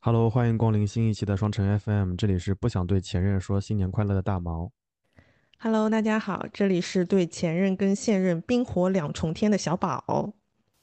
Hello，欢迎光临新一期的双城 FM，这里是不想对前任说新年快乐的大毛。 Hello，大家好，这里是对前任跟现任冰火两重天的小宝。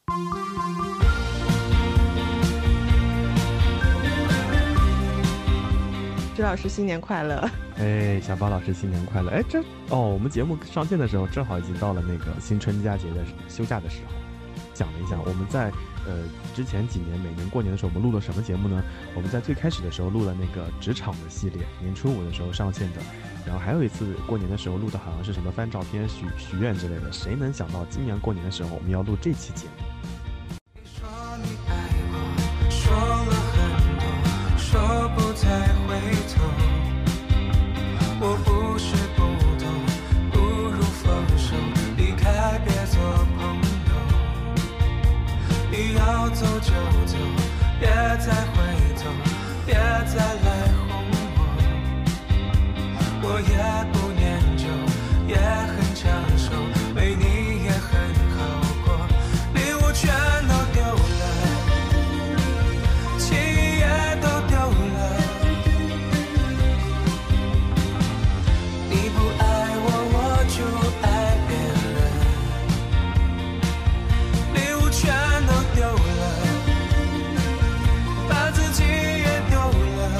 朱老师新年快乐！ 哎，小宝老师新年快乐！哎，我们节目上线的时候正好已经到了那个新春佳节的休假的时候。讲了一下我们在之前几年每年过年的时候我们录了什么节目呢？我们在最开始的时候录了那个职场的系列，年初五的时候上线的。然后还有一次过年的时候录的好像是什么翻照片许愿之类的。谁能想到今年过年的时候我们要录这期节目？ 你说你爱我，说了很多，说不再回头。我不是不懂，不如放手，离开别做朋友。你要走就走，别再回头，别再来哄我。我也不念旧，也很抢手，没你也很好过。礼物全都丢了，情也都丢了。你不爱我，我就爱别人。礼物全都丢了，把自己也丢了。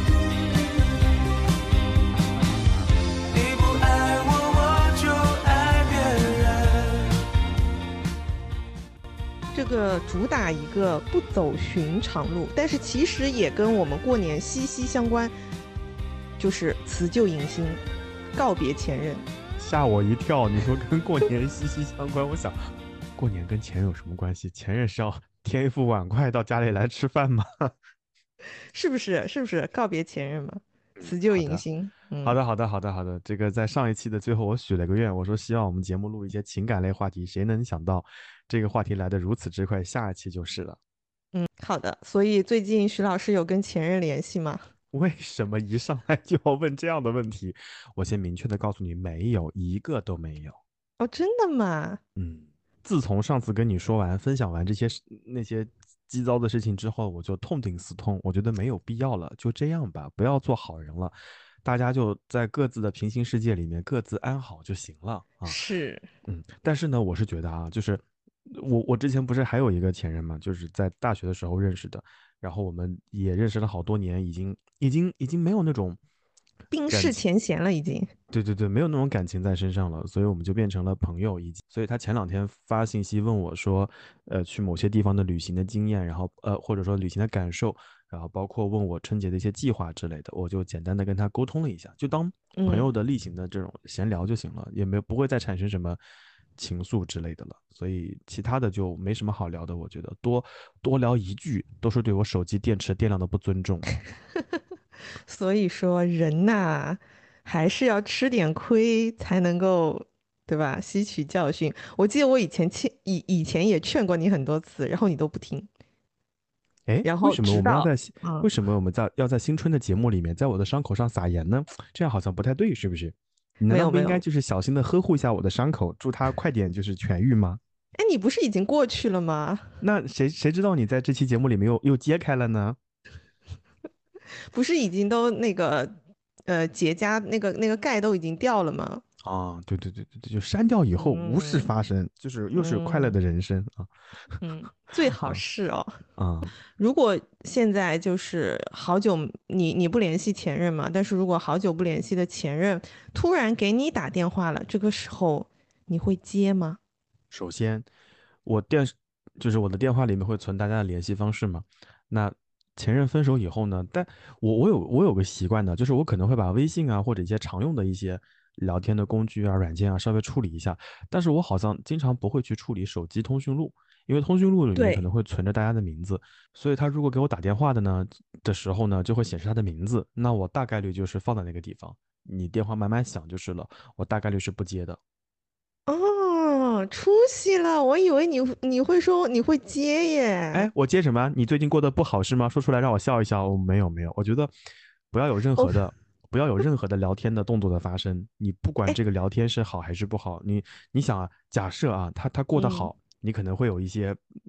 你不爱我，我就爱别人。 这个主打一个不走寻常路，但是其实也跟我们过年息息相关，就是辞旧迎新，告别前任。 吓我一跳！你说跟过年息息相关，我想过年跟前任有什么关系？前任是要添一副碗筷到家里来吃饭吗？ 是不是？是不是告别前任嘛？辞旧好的， 迎新。 好的，好的，好的，好的。这个在上一期的最后，我许了个愿，我说希望我们节目录一些情感类话题。谁能想到这个话题来得如此之快，下一期就是了。 好的。所以最近徐老师有跟前任联系吗？ 为什么一上来就要问这样的问题？我先明确的告诉你，没有一个都没有。 哦，真的吗？ 嗯，自从上次跟你说完、分享完这些那些鸡糟的事情之后，我就痛定思痛，我觉得没有必要了，就这样吧，不要做好人了，大家就在各自的平行世界里面各自安好就行了啊。 是。 但是呢，我是觉得啊，就是我之前不是还有一个前任嘛，就是在大学的时候认识的，然后我们也认识了好多年，已经没有那种冰释感情。 前嫌了，已经。 对对对，没有那种感情在身上了，所以我们就变成了朋友，所以他前2天发信息问我说，去某些地方的旅行的经验，然后或者说旅行的感受，然后包括问我春节的一些计划之类的，我就简单的跟他沟通了一下，就当朋嗯， 友的例行的这种闲聊就行了，也没有不会再产生什么情愫之类的了，所以其他的就没什么好聊的，我觉得多聊一句都是对我手机电池电量的不尊重。 所以说人呐，还是要吃点亏才能够，对吧？吸取教训。我记得我以前也劝过你很多次，然后你都不听， 哎， 然后直到为什么我们要在新春的节目里面，在我的伤口上撒盐呢？这样好像不太对，是不是？你难道不应该没有没有。 就是小心的呵护一下我的伤口，祝它快点就是痊愈吗？ 哎，你不是已经过去了吗？ 那谁知道你在这期节目里面又揭开了呢？ 不是已经都那个结痂那个钙都已经掉了吗？ 啊，对对对对对，就删掉以后无事嗯发生，就是又是快乐的嗯人生啊嗯，最好啊是哦。 啊！ 如果现在就是好久你不联系前任嘛，但是如果好久不联系的前任突然给你打电话了，这个时候你会接吗？ 首先，我电就是我的电话里面会存大家的联系方式嘛。那前任分手以后呢，但我有个习惯的，就是我可能会把微信啊或者一些常用的一些聊天的工具啊、软件啊稍微处理一下，但是我好像经常不会去处理手机通讯录，因为通讯录里面可能对。 会存着大家的名字，所以他如果给我打电话的时候呢，就会显示他的名字，那我大概率就是放在那个地方，你电话慢慢响就是了，我大概率是不接的。 哦，出息了！我以为你会说你会接耶。 哎，我接什么？你最近过得不好是吗？说出来让我笑一笑。哦，没有没有，我觉得不要有任哦， 何的不要有任何的聊天的动作的发生。你不管哎， 这个聊天是好还是不好，你想啊，假设啊，他过得嗯， 好，你可能会有一些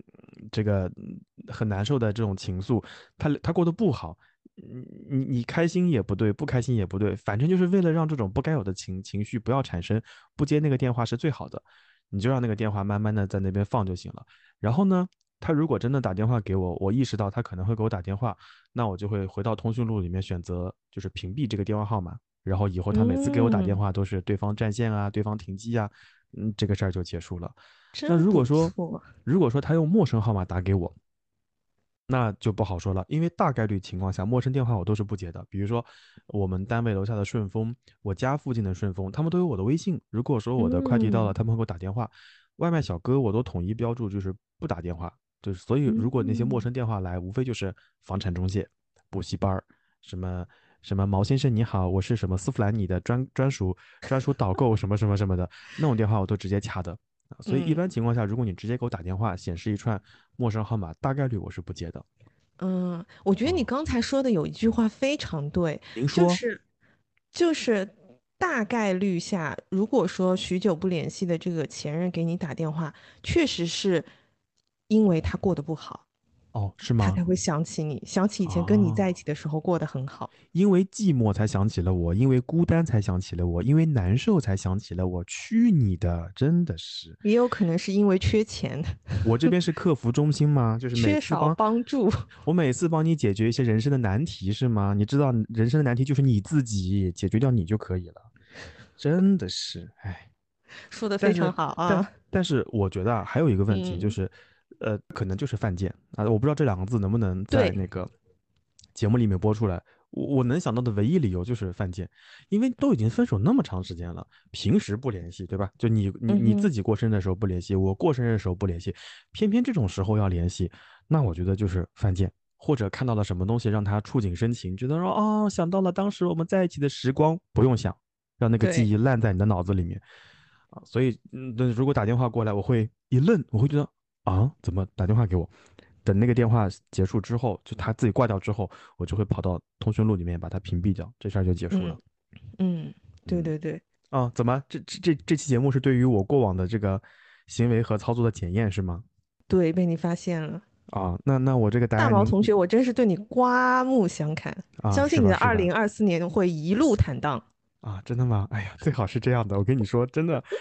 这个很难受的这种情愫，他过得不好，你开心也不对，不开心也不对，反正就是为了让这种不该有的情绪不要产生，不接那个电话是最好的，你就让那个电话慢慢的在那边放就行了。然后呢，他如果真的打电话给我，我意识到他可能会给我打电话，那我就会回到通讯录里面选择就是屏蔽这个电话号码，然后以后他每次给我打电嗯， 话都是对方占线啊，对方停机啊，这个事儿就结束了。那真不如果说错。 他用陌生号码打给我，那就不好说了，因为大概率情况下，陌生电话我都是不接的。比如说我们单位楼下的顺丰，我家附近的顺丰，他们都有我的微信。如果说我的快递到了， 嗯他们会给我打电话。外卖小哥我都统一标注就是不打电话，就是所以如果那些陌嗯， 生电话来，无非就是房产中介、补习班儿，什么什么毛先生你好，我是什么丝芙兰你的专属导购什么什么什么的那种电话，我都直接掐的。所以一嗯般情况下，如果你直接给我打电话，显示一串陌生号码，大概率我是不接的。 我觉得你哦， 刚才说的有一句话非常对， 您说， 就是就是大概率下，如果说许久不联系的这个前任给你打电话，确实是因为他过得不好， 哦，是吗？ 他才会想起你，想起以前跟你在一哦， 起的时候过得很好。 因为寂寞才想起了我，因为孤单才想起了我，因为难受才想起了我。去你的，真的是， 也有可能是因为缺钱， 我这边是客服中心吗？就是缺少帮助。 我每次帮你解决一些人生的难题是吗？你知道人生的难题就是你自己解决掉你就可以了，真的是，哎。 说的非常但是，但好啊。 但是我觉得啊，还有一个问题就嗯， 是，可能就是犯贱啊，我不知道这两个字能不能在对， 那个节目里面播出来。我能想到的唯一理由就是犯贱，因为都已经分手那么长时间了，平时不联系，对吧？就你自嗯哼， 己过生日的时候不联系，我过生日的时候不联系，偏偏这种时候要联系，那我觉得就是犯贱。或者看到了什么东西让他触景生情，觉得说哦想到了当时我们在一起的时光，不用想，让那个记对， 忆烂在你的脑子里面。啊，所以如果打电话过来，我会一愣，我会觉得啊，怎么打电话给我？等那个电话结束之后，就他自己挂掉之后，我就会跑到通讯录里面把它屏蔽掉，这事儿就结束了。 嗯嗯，对嗯， 对对啊，怎么这期节目是对于我过往的这个行为和操作的检验是吗？ 对，被你发现了。 啊，那我这个答案您大毛同学，我真是对你刮目相看， 啊， 相信你的是吧是吧？ 2024年会一路坦荡。 啊，真的吗？哎呀，最好是这样的。我跟你说，真的，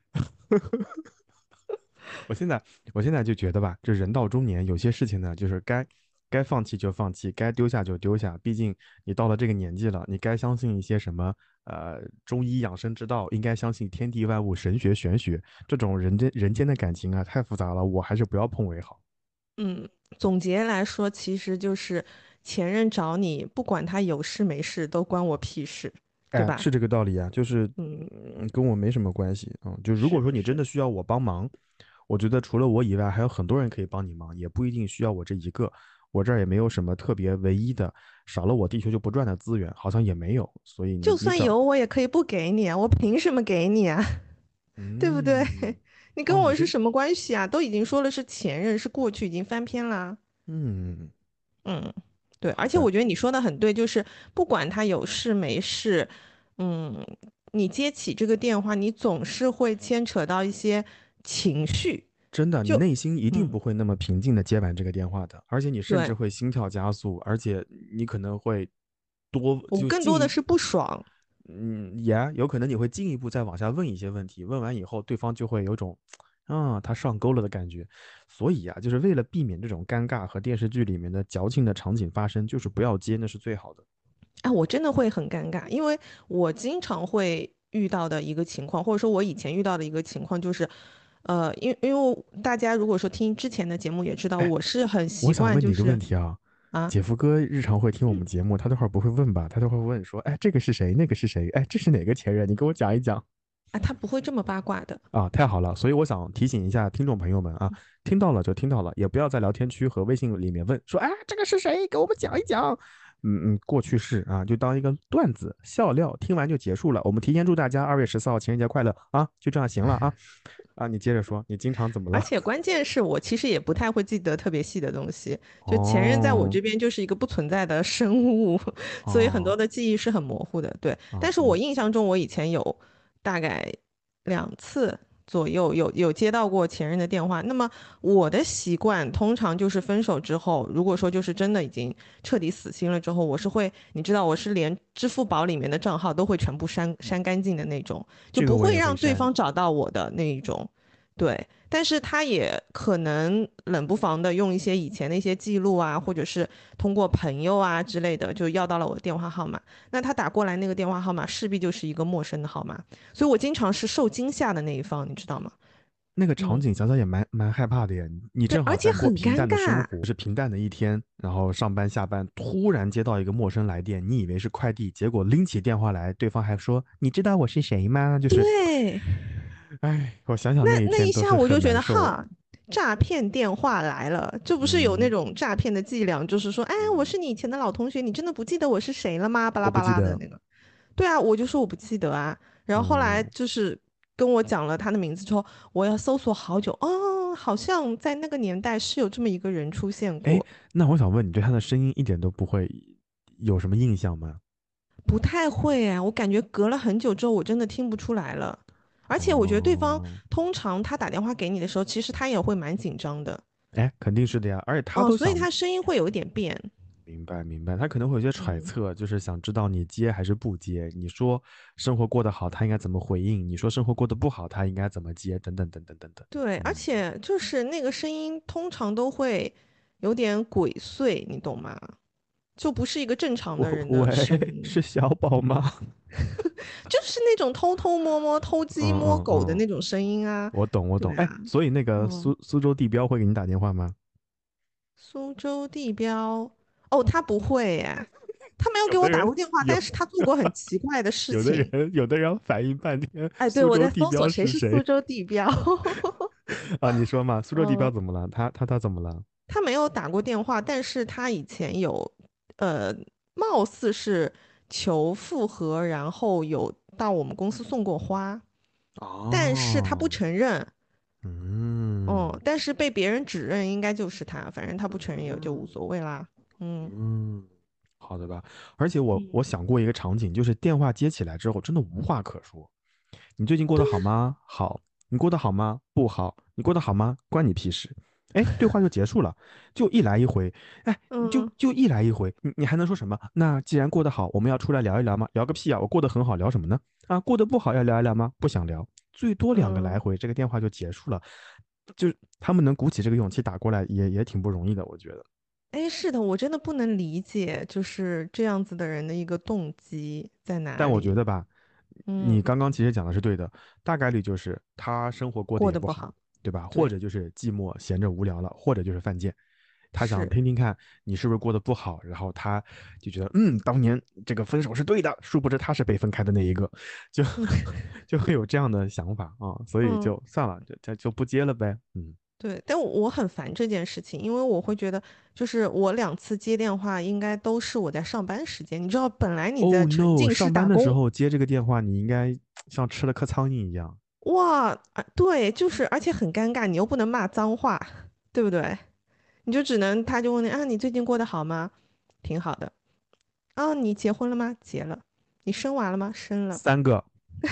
我现在我现在就觉得吧，就人到中年，有些事情呢，就是该放弃就放弃，该丢下就丢下。毕竟你到了这个年纪了，你该相信一些什么中医养生之道，应该相信天地万物、神学玄学这种人间的感情啊，太复杂了，我还是不要碰为好。 嗯，总结来说，其实就是前任找你，不管他有事没事，都关我屁事，对哎， 吧？ 是这个道理啊，就是嗯， 跟我没什么关系啊。就如果说你真是是， 的需要我帮忙，我觉得除了我以外，还有很多人可以帮你忙，也不一定需要我这一个。我这儿也没有什么特别唯一的，少了我地球就不转的资源，好像也没有。所以你找， 就算有，我也可以不给你啊，我凭什么给你啊？对不对？ 嗯， 你跟哦，你是， 我是什么关系啊？都已经说了是前任，是过去，已经翻篇啦。 嗯， 嗯，对，而且好的， 我觉得你说的很对，就是不管他有事没事，嗯，你接起这个电话，你总是会牵扯到一些情绪， 真的，你就内心一定嗯， 不会那么平静的接完这个电话的，而且你甚至对， 会心跳加速，而且你可能会多我更就进一多的是不爽。 也有可能你会进一步再往下问一些问题，问完以后，对方就会有种，啊，他上钩了的感觉。所以啊，就是为了避免这种尴尬和电视剧里面的矫情的场景发生，就是不要接，那是最好的。 啊，我真的会很尴尬，因为我经常会遇到的一个情况，或者说我以前遇到的一个情况就是，因为大家如果说听之前的节目也知道， 哎， 我是很我习想问你一个问惯就是题啊， 啊姐夫哥日常会听我们节目，他待会儿不会问吧？他待会儿会问说，哎，这个是谁？那个是谁？哎，这是哪个前任？你给我讲一讲。 啊，他不会这么八卦的。 啊，太好了！所以我想提醒一下听众朋友们啊，听到了就听到了，也不要在聊天区和微信里面问说，哎，这个是谁？给我们讲一讲。过去式啊，就当一个段子笑料，听完就结束了。我们提前祝大家2月14号情人节快乐啊！就这样行了啊啊！你接着说，你经常怎么了？ 而且关键是我其实也不太会记得特别细的东西，就前任在我哦这边就是一个不存在的生物，所以很多哦的记忆是很模糊的。对，但是我哦印象中我以前有大概2次左右有接到过前任的电话。那么我的习惯通常就是分手之后，如果说就是真的已经彻底死心了之后，我是会，你知道，我是连支付宝里面的账号都会全部删干净的那种，就这个我不会也会删。 让对方找到我的那一种。对，但是他也可能冷不防的用一些以前的一些记录啊，或者是通过朋友啊之类的，就要到了我的电话号码。那他打过来那个电话号码势必就是一个陌生的号码，所以我经常是受惊吓的那一方，你知道吗？ 那个场嗯， 景想想也蛮害怕的呀。你对， 正好而且在过平很尴尬。 淡的生活，是平淡的一天，然后上班下班，突然接到一个陌生来电，你以为是快递，结果拎起电话来，对方还说：“你知道我是谁吗？”就是， 对， 哎，我想想那那一天都是那一下我就觉很难受。 得哈，诈骗电话来了，这不是有那嗯， 种诈骗的伎俩，就是说，哎，我是你以前的老同学，你真的不记得我是谁了吗？巴拉我不巴记得。 拉的那个。对啊，我就说我不记得啊。然后后来嗯， 就是跟我讲了他的名字之后，我要搜索好久，哦，好像在那个年代是有这么一个人出现哎， 过。 那我想问你，对他的声音一点都不会有什么印象吗？ 不太会哎，我感觉隔了很久之后，我真的听不出来了。而且我觉得对方哦， 通常他打电话给你的时候，其实他也会蛮紧张的。 哎，肯定是的呀，而且他哦， 都想所以他声音会有一点变。 明白明白，他可能会有些揣嗯， 测，就是想知道你接还是不接。你说生活过得好，他应该怎么回应？你说生活过得不好，他应该怎么接？等等等等等等。 对，而嗯， 且就是那个声音通常都会有点鬼祟，你懂吗？就不是一个正常的人的声喂， 音， 是小宝吗？ 就是那种偷偷摸摸、偷嗯鸡摸狗的嗯嗯， 那种声音啊。 我懂我懂。哎， 对啊， 所以那个嗯， 苏州地标会给你打电话吗？ 苏州地标，哦，他不会耶，他没有给我有的人打过电话， 有但是他做过很奇怪的事情。 有的人反应半天， 哎，对， 苏我州地标在搜索谁是谁是苏州地标。 啊？你说嘛，苏州地标嗯， 怎么了？他怎么了？ 他没有打过电话，但是他以前有，呃，貌似是求复合，然后有到我们公司送过花，但是他不哦， 承认。 嗯嗯，但是被别人指认应该就是他，反正他不承认也就无嗯。 所谓啦。嗯嗯，好的吧。而且我嗯， 想过一个场景，就是电话接起来之后，真的无话可说。你最近过得好吗？好。你过得好吗？不好。你过得好吗？关你屁事。哎，对话就结束了，就一来一回。哎， 嗯就一来一回，你还能说什么？那既然过得好，我们要出来聊一聊吗？聊个屁啊！我过得很好，聊什么呢？啊，过得不好要聊一聊吗？不想聊，最多两个来嗯， 回，这个电话就结束了。就是他们能鼓起这个勇气打过来，也挺不容易的，我觉得。 哎，是的，我真的不能理解，就是这样子的人的一个动机在哪但我觉里。 得吧，你嗯， 刚刚其实讲的是对的，大概率就是他生活过得也不好， 过得不好。 对吧？或对， 者就是寂寞闲着无聊了，或者就是犯贱，他想是。 听听看你是不是过得不好，然后他就觉得当年这个分手是对的，殊不知他是被分开的那一个，就就会有这样的想法啊，所以嗯， 就算了，就不接了呗。嗯。 对，但我很烦这件事情，因为我会觉得，就是我2次接电话应该都是我在上班时间，你知道，本来你在 Oh 沉 no！ 浸式上班的时打工， 候接这个电话，你应该像吃了颗苍蝇一样。 哇，啊对，就是而且很尴尬，你又不能骂脏话，对不对？你就只能他就问你啊，你最近过得好吗？挺好的。啊，你结婚了吗？结了。你生娃了吗？生了。 3个。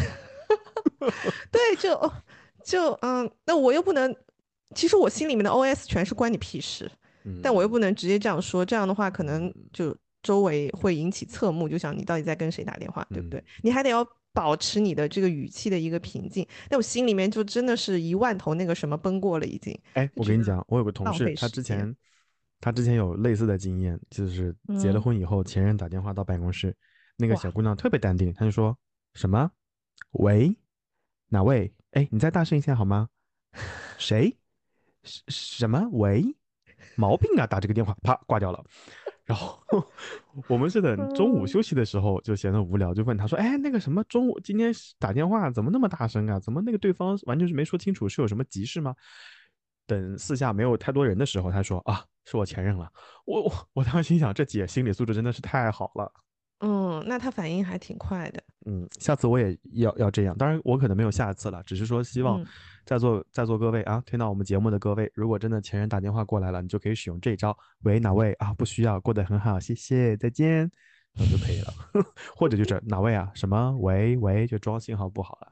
对，那我又不能，其实我心里面的 OS 全是关你屁事，但我又嗯不能直接这样说，这样的话可能嗯就周围会引起侧目，就想你到底在跟谁打电话，对不嗯。 对？你还得要保持你的这个语气的一个平静，但我心里面就真的是1万头那个什么奔过了，已经哎， 就觉得我跟你讲，我有个同事， 浪费时间。 他之前有类似的经验，就是结了嗯婚以后，前任打电话到办公室，那个小哇， 姑娘特别淡定，她就说什么？喂，哪位？哎，你再大声一下好吗？谁？什么？喂？毛病啊！打这个电话，啪挂掉了。然后我们是等中午嗯休息的时候，就闲得无聊，就问他说：“哎，那个什么，中午今天打电话怎么那么大声啊？怎么那个对方完全是没说清楚，是有什么急事吗？”等四下没有太多人的时候，他说：“啊，是我前任了。”我当时心想，这姐心理素质真的是太好了。 嗯，那他反应还挺快的。 下次我也要这样。当然，我可能没有下次了，只是说希望嗯， 在座各位啊，听到我们节目的各位，如果真的前任打电话过来了，你就可以使用这一招。喂，哪位啊？不需要，过得很好，谢谢，再见，然后就可以了。或者就是哪位啊？什么？喂喂，就装信号不好了。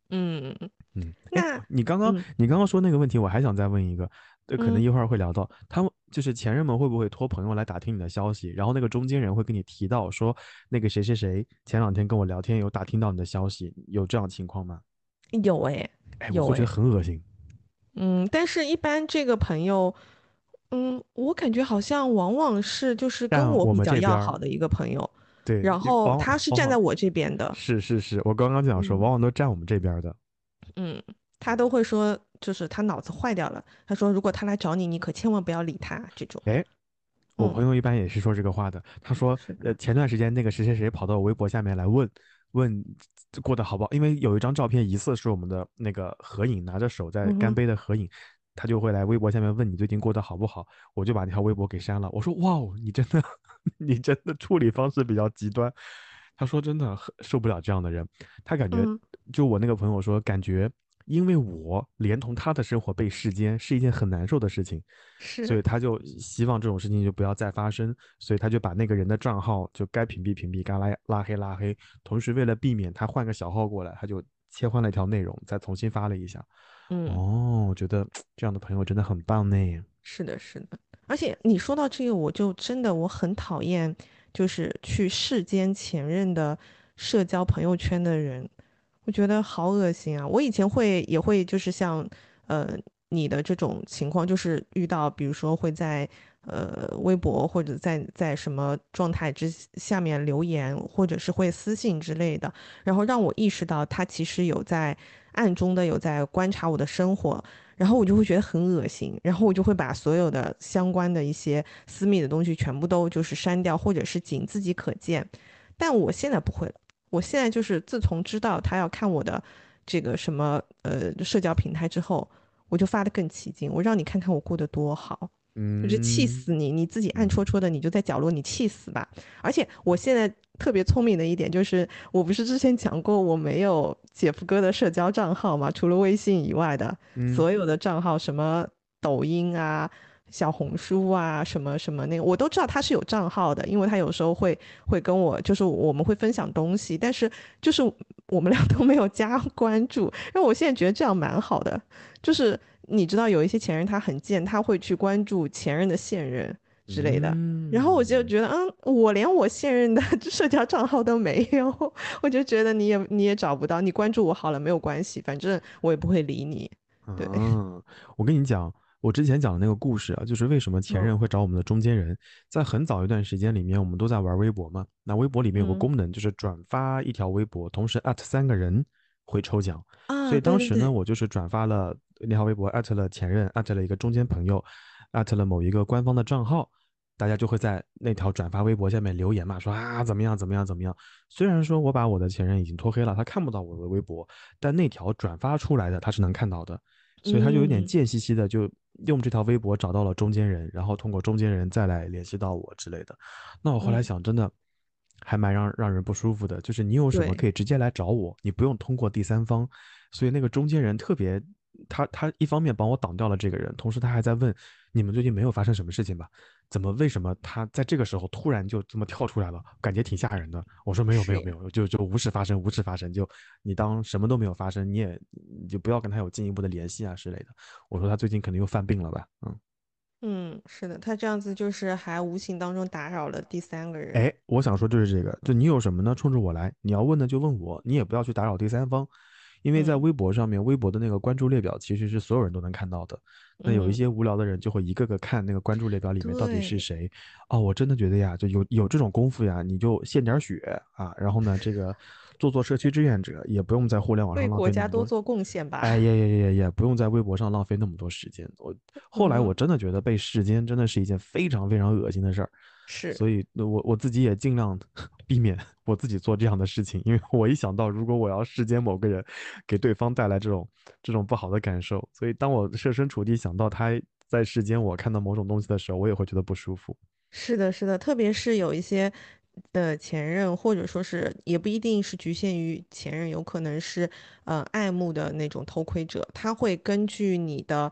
嗯， 哎， 那你刚刚嗯你刚刚说那个问题，我还想再问一个，可能嗯。 一会儿会聊到，他们就是前任们会不会托朋友来打听你的消息，然后那个中间人会跟你提到说那个谁谁谁前两天跟我聊天有打听到你的消息，有这样情况吗？ 有哎， 哎，我有哎， 会觉得很恶心。 但是一般这个朋友，我感觉好像往往是就是跟但我我比较们这边儿， 要好的一个朋友， 对， 然后往他是往往站在我这边的， 是，我刚刚就想说， 嗯往往都站我们这边儿的。 嗯，他都会说，就是他脑子坏掉了，他说如果他来找你，你可千万不要理他这种， 哎，我嗯， 朋友一般也是说这个话的。他说， 是的， 前段时间那个谁谁谁跑到我微博下面来问过得好不好，因为有一张照片疑似是我们的那个合影，拿着手在干嗯哼， 杯的合影，他就会来微博下面问你最近过得好不好，我就把那条微博给删了。我说哇哦，你真的你真的处理方式比较极端。他说真的很受不了这样的人，他感觉嗯， 就我那个朋友说，感觉因为我连同他的生活被世间是一件很难受的事情。所是， 以他就希望这种事情就不要再发生，所以他就把那个人的账号就该屏蔽屏蔽，该拉黑，同时为了避免他换个小号过来，他就切换了一条内容，再重新发了一下。 嗯。 哦，我觉得这样的朋友真的很棒呢。 是的，是的，而且你说到这个，我就真的我很讨厌，就是去世间前任的社交朋友圈的人，我觉得好恶心啊！我以前也会就是像你的这种情况，就是遇到比如说会在微博或者在什么状态下面留言，或者是会私信之类的，然后让我意识到他其实有在暗中的有在观察我的生活。然后我就会觉得很恶心，然后我就会把所有的相关的一些私密的东西全部都就是删掉，或者是仅自己可见。但我现在不会了，我现在就是自从知道他要看我的这个什么社交平台之后，我就发的更起劲，我让你看看我过得多好。我就气嗯死你！你自己暗嗯戳戳的，你就在角落，你气死吧！而且我现在特别聪明的一点就是，我不是之前讲过我没有姐夫哥的社交账号吗？除了微信以外的嗯所有的账号，什么抖音啊、小红书啊，什么什么那个，我都知道他是有账号的，因为他有时候会跟我，就是我们会分享东西，但是就是我们俩都没有加关注。然后我现在觉得这样蛮好的，就是你知道有一些前任他很贱，他会去关注前任的现任之类的。然后我就嗯。 觉得，我连我现任的社交账号都没有，我就觉得你也找不到，你关注我好了没有关系，反正我也不会理你。对， 啊，我跟你讲，我之前讲的那个故事啊，就是为什么前嗯任会找我们的中间人。在很早一段时间里面，我们都在玩微博嘛。那微博里面有个嗯功能，就是转发一条微博，同时艾特3个人会抽奖。所啊， 以当时呢， 对对对， 我就是转发了那条微博，艾特了前任，艾特了一个中间朋友，艾特了某一个官方的账号。大家就会在那条转发微博下面留言嘛，说啊怎么样怎么样怎么样。虽然说我把我的前任已经拖黑了，他看不到我的微博，但那条转发出来的他是能看到的。所以他就有点嗯， 贱兮兮的，就用这条微博找到了中间人，然后通过中间人再来联系到我之类的。那我后来嗯， 想，真的还蛮让人不舒服的，就是你有什么对， 可以直接来找我，你不用通过第三方。所以那个中间人特别，他一方面帮我挡掉了这个人，同时他还在问你们最近没有发生什么事情吧？为什么他在这个时候突然就这么跳出来了？感觉挺吓人的。我说没是， 有，就无事发生，无事发生，就你当什么都没有发生，你就不要跟他有进一步的联系啊之类的。我说他最近可能又犯病了吧？ 是的，他这样子就是还无形当中打扰了第三个人。 哎，我想说就是这个，就你有什么呢？冲着我来，你要问的就问我，你也不要去打扰第三方，因为在嗯微博上面，微博的那个关注列表其实是所有人都能看到的。那有一嗯， 些无聊的人就会一个个看那个关注列表里面到底是对， 谁。哦，我真的觉得呀，就有这种功夫呀，你就献点血啊，然后呢，这个做社区志愿者，也不用在互联网上为国浪费那么多。 家多做贡献吧。 哎，也不用在微博上浪费那么多时间。后来我嗯， 真的觉得被世间真的是一件非常非常恶心的事儿， 是。 所以我自己也尽量避免我自己做这样的事情，因为我一想到如果我要世间某个人给对方带来这种不好的感受，所以当我设身处地想到他在世间我看到某种东西的时候，我也会觉得不舒服。 是的，是的，特别是有一些的前任，或者说是也不一定是局限于前任，有可能是爱慕的那种偷窥者，他会根据你的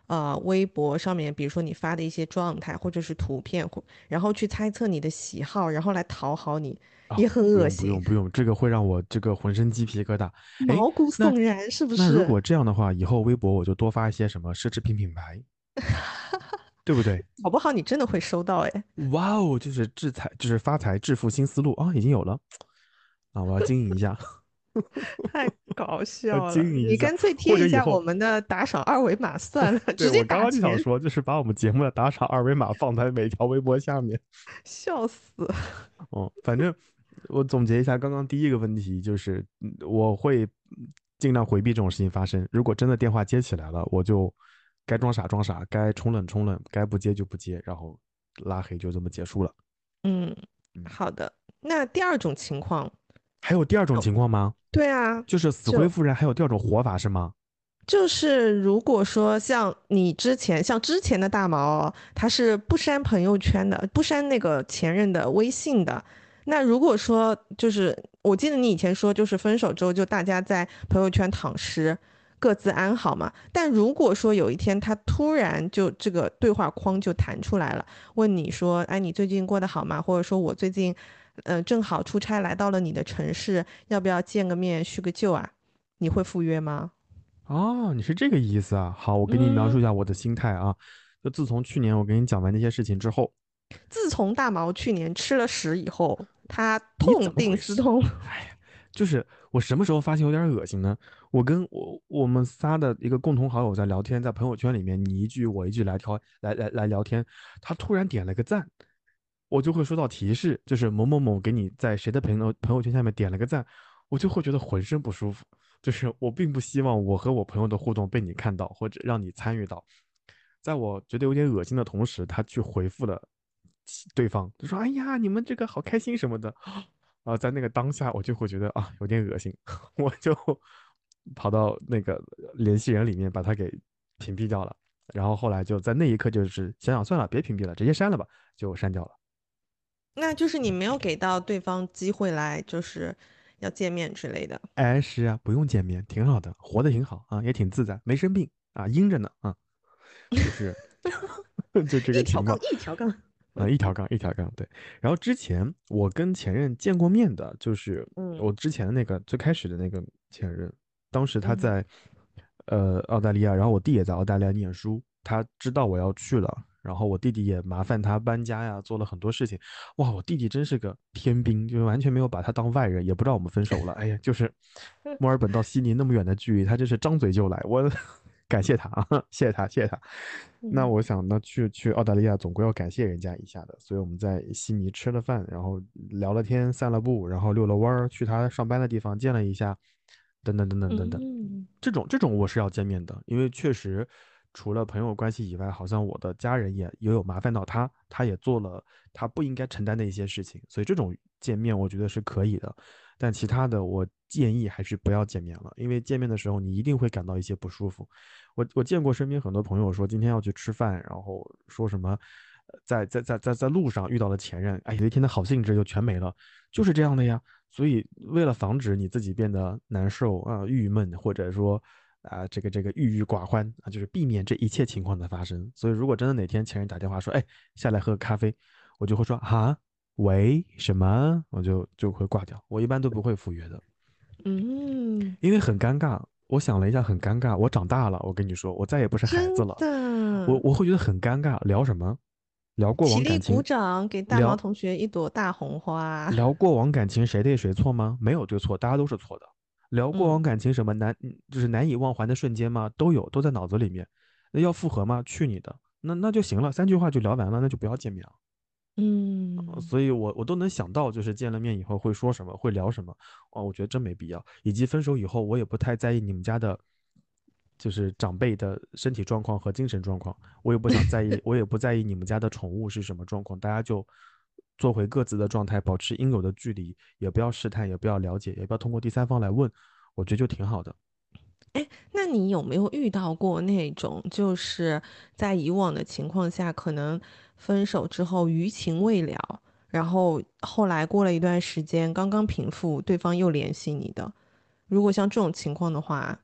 微博上面，比如说你发的一些状态或者是图片，然后去猜测你的喜好，然后来讨好你， 啊， 也很不用不恶心， 用不用，这个会让我这个浑身鸡皮疙瘩。哎， 毛骨那悚然，是不是？ 那如果这样的话，以后微博我就多发一些什么奢侈品品牌，对不对？ 搞不好你真的会收到哎， 哇哦，就是制裁，就是发财致富新思路啊，已经有了啊，我要经营一下， 太搞要笑了！ 经营一下， 你干脆贴一下我或者以后， 们的打赏二维码算了， 对， 直接我刚打钱， 刚就想说，就是把我们节目的打赏二维码放在每条微博下面。 笑死！ 哦，反正我总结一下，刚刚第一个问题就是，我会尽量回避这种事情发生。如果真的电话接起来了，我就该装傻装傻，该冲冷冲冷，该不接就不接，然后拉黑就这么结束了。 嗯， 嗯， 好的。那第二种情况， 还有第二种情况吗？ 对啊， 就是死灰就复燃，还有第二种活法是吗？ 就是如果说像之前的大毛哦他是不删朋友圈的，不删那个前任的微信的。那如果说就是我记得你以前说就是分手之后就大家在朋友圈躺尸，各自安好嘛。但如果说有一天他突然就这个对话框就弹出来了，问你说，哎，你最近过得好吗？或者说我最近，正好出差来到了你的城市，要不要见个面叙个旧啊？你会赴约吗？ 哦，你是这个意思啊？好，我给你描述嗯。 一下我的心态啊。就自从去年我跟你讲完那些事情之后， 自从大毛去年吃了屎以后，他你痛怎么回事？ 定思痛。 哎呀，就是我什么时候发现有点恶心呢？我跟我们仨的一个共同好友在聊天，在朋友圈里面你一句我一句来聊天，他突然点了个赞，我就会收到提示，就是某某某给你在谁的朋友圈下面点了个赞，我就会觉得浑身不舒服。就是我并不希望我和我朋友的互动被你看到，或者让你参与到。在我觉得有点恶心的同时，他去回复了对方，就说："哎呀，你们这个好开心什么的。"然后在那个当下，我就会觉得啊，有点恶心，我就跑到那个联系人里面把他给屏蔽掉了。然后后来就在那一刻，就是想想算了，别屏蔽了，直接删了吧，就删掉了。 那就是你没有给到对方机会来，就是要见面之类的。 哎，是啊，不用见面，挺好的，活得挺好啊，也挺自在，没生病啊，阴着呢啊，就是就这个一条杠情况。 一条杠。 一条杠一条杠，对。然后之前我跟前任见过面的，就是嗯我之前的那个最开始的那个前任，当时他嗯在澳大利亚，然后我弟也在澳大利亚念书，他知道我要去了，然后我弟弟也麻烦他搬家呀，做了很多事情。哇，我弟弟真是个天兵，就是完全没有把他当外人，也不知道我们分手了。哎呀，就是墨尔本到悉尼那么远的距离，他真是张嘴就来，我感谢他啊，谢谢他，谢谢他。那嗯我想，那去澳大利亚总归要感谢人家一下的，所以我们在悉尼吃了饭，然后聊了天，散了步，然后遛了弯儿，去他上班的地方见了一下，等等等等等等。 嗯这种我是要见面的，因为确实除了朋友关系以外，好像我的家人也有麻烦到他，他也做了他不应该承担的一些事情，所以这种见面我觉得是可以的。但其他的，我建议还是不要见面了，因为见面的时候你一定会感到一些不舒服。我见过身边很多朋友说今天要去吃饭，然后说什么，在路上遇到了前任，哎，有一天的好兴致就全没了，就是这样的呀。所以为了防止你自己变得难受啊、郁闷，或者说这个郁郁寡欢啊，就是避免这一切情况的发生。所以如果真的哪天前任打电话说，哎，下来喝个咖啡，我就会说啊，喂，什么？我就会挂掉，我一般都不会赴约的。 嗯， 因为很尴尬。我想了一下，很尴尬。我长大了，我跟你说，我再也不是孩子真了。我的， 我会觉得很尴尬。聊什么？聊过起立往感情？ 鼓掌，给大毛聊同学一朵大红花。 聊过往感情，谁对谁错吗？没有对错，大家都是错的。聊过往嗯感情，什么就是难以忘怀的瞬间吗？都有，都在脑子里面。那要复合吗？去你的！那就行了，3句话就聊完了，那就不要见面了。 嗯所以我都能想到，就是见了面以后会说什么，会聊什么。哦，我觉得真没必要。以及分手以后，我也不太在意你们家的，就是长辈的身体状况和精神状况，我也不想在意，我也不在意你们家的宠物是什么状况，大家就做回各自的状态，保持应有的距离，也不要试探，也不要了解，也不要通过第三方来问，我觉得就挺好的。 那你有没有遇到过那种，就是在以往的情况下，可能分手之后余情未了，然后后来过了一段时间，刚刚平复，对方又联系你的？如果像这种情况的话，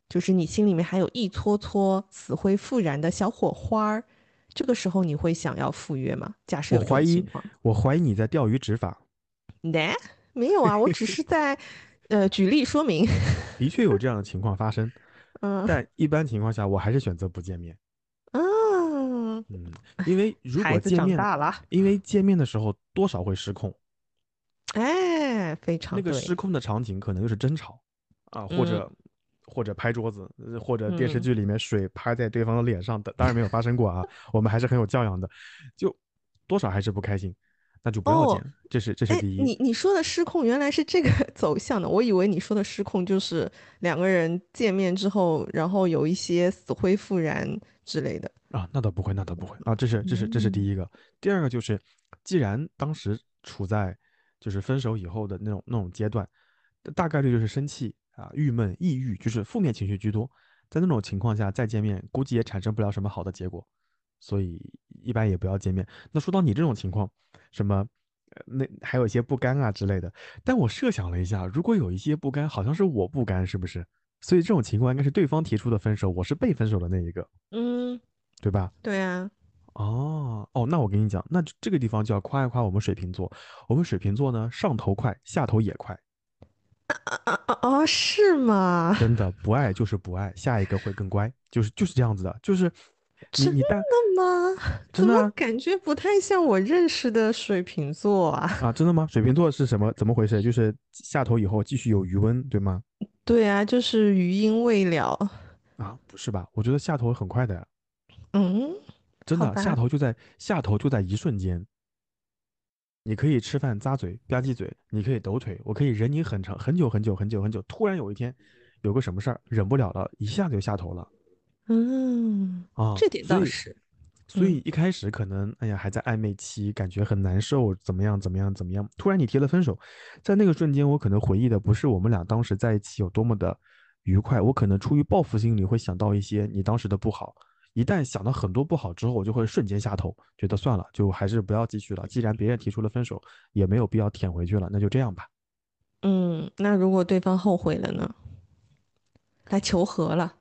就是你心里面还有一撮撮死灰复燃的小火花儿，这个时候你会想要赴约吗？假设有这我怀疑， 种情况， 我怀疑你在钓鱼执法。 呢？没有啊，我只是在举例说明。 的确有这样的情况发生， 嗯但一般情况下，我还是选择不见面。 嗯， 嗯，因为如孩子长果见面， 大了， 因为见面的时候多少会失控， 哎，非常那个失对， 控的场景可能就是争吵啊，或嗯者拍桌子，或者电视嗯。 剧里面水拍在对方的脸上的，当然没有发生过啊，我们还是很有教养的，就多少还是不开心，那就不要哦， 见，这是哎， 第一。 你说的失控原来是这个走向的，我以为你说的失控就是两个人见面之后，然后有一些死灰复燃之类的。 啊，那倒不会，那倒不会啊，这是第嗯一个。第二个就是，既然当时处在就是分手以后的那种阶段，大概率就是生气啊、郁闷、抑郁，就是负面情绪居多。在那种情况下再见面，估计也产生不了什么好的结果，所以一般也不要见面。那说到你这种情况，什么那还有一些不甘啊之类的，但我设想了一下，如果有一些不甘，好像是我不甘，是不是？所以这种情况应该是对方提出的分手，我是被分手的那一个， 嗯， 对吧？ 对啊， 哦，那我跟你讲，那这个地方就要夸一夸我们水瓶座。我们水瓶座呢，上头快，下头也快， 哦，是吗？ 真的不爱就是不爱，下一个会更乖，就是这样子的。就是真你的吗？怎么真的啊， 感觉不太像我认识的水瓶座啊？ 真的吗？水瓶座是什么？怎么回事？就是下头以后继续有余温，对吗？ 对啊，就是余音未了。 啊，不是吧？我觉得下头很快的呀， 嗯， 真的， 好吧， 下头就在一瞬间。你可以吃饭咂嘴吧唧嘴，你可以抖腿，我可以忍你很长很久很久很久很久，突然有一天有个什么事儿忍不了了，一下就下头了。 嗯， 啊， 这点所以倒是，嗯。 所以一开始可能哎呀还在暧昧期，感觉很难受，怎么样怎么样怎么样，突然你提了分手，在那个瞬间我可能回忆的不是我们俩当时在一起有多么的愉快，我可能出于报复心理会想到一些你当时的不好，一旦想到很多不好之后，我就会瞬间下头，觉得算了，就还是不要继续了，既然别人提出了分手，也没有必要舔回去了，那就这样吧。 嗯，那如果对方后悔了呢？来求和了，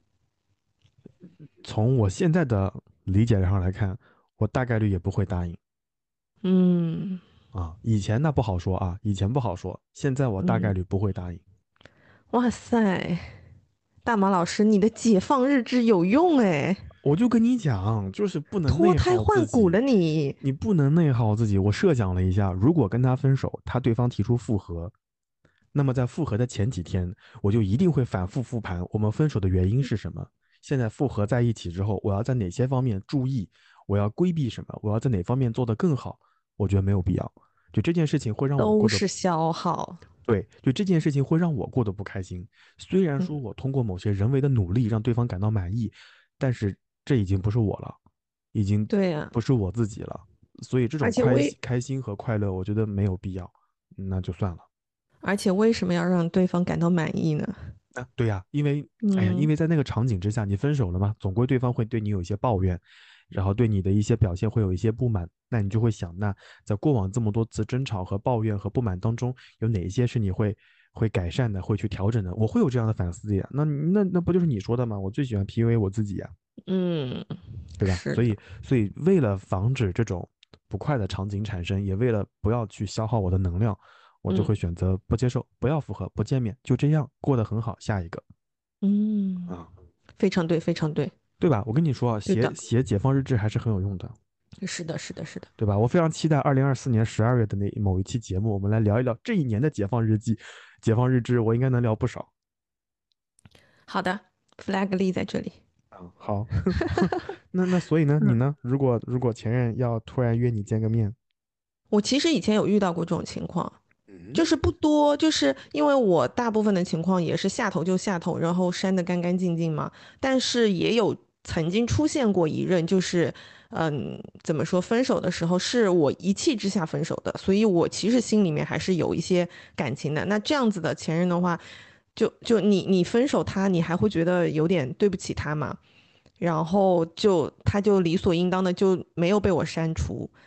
从我现在的理解上来看，我大概率也不会答应。 嗯啊，以前那不好说啊，以前不好说，现在我大概嗯， 率不会答应。 哇塞，大马老师，你的解放日志有用哎， 我就跟你讲，就是不能脱胎内耗自己， 换骨了你。 你不能内耗自己。我设想了一下，如果跟他分手，他对方提出复合，那么在复合的前几天，我就一定会反复复盘我们分手的原因是什么。现在复合在一起之后，我要在哪些方面注意？我要规避什么？我要在哪方面做得更好？我觉得没有必要。就这件事情会让我过得都是消耗。 对，就这件事情会让我过得不开心。虽然说嗯， 我通过某些人为的努力让对方感到满意，但是这已经不是我了，已经对呀， 不是我自己了。所以这种而且为开心和快乐，我觉得没有必要，那就算了。 而且为什么要让对方感到满意呢？ 啊，对呀，因为，哎呀，因嗯为在那个场景之下，你分手了嘛，总归对方会对你有一些抱怨，然后对你的一些表现会有一些不满，那你就会想，那在过往这么多次争吵和抱怨和不满当中，有哪一些是你会改善的，会去调整的？我会有这样的反思的呀。那不就是你说的吗？我最喜欢 PUA 我自己呀， 嗯， 对吧？ 是的， 所以为了防止这种不快的场景产生，也为了不要去消耗我的能量，我就嗯会选择不接受，不要复合，不见面，就这样过得很好，下一个。 嗯， 啊。 非常对，非常对， 对吧？我跟你说啊， 对的， 写解放日志还是很有用的， 是的，是的，是的。 对吧？我非常期待2024年12月的那某一期节目，我们来聊一聊这一年的解放日记、解放日志，我应该能聊不少。 好的，flag 立在这里。 好，那所以呢，你嗯。 呢？如果前任要突然约你见个面， 我其实以前有遇到过这种情况， 嗯， 就是不多，就是因为我大部分的情况也是下头就下头，然后删得干干净净嘛。但是也有曾经出现过一任，就是怎么说，分手的时候是我一气之下分手的，所以我其实心里面还是有一些感情的。那这样子的前任的话，就你分手他，你还会觉得有点对不起他嘛？然后他就理所应当的就没有被我删除。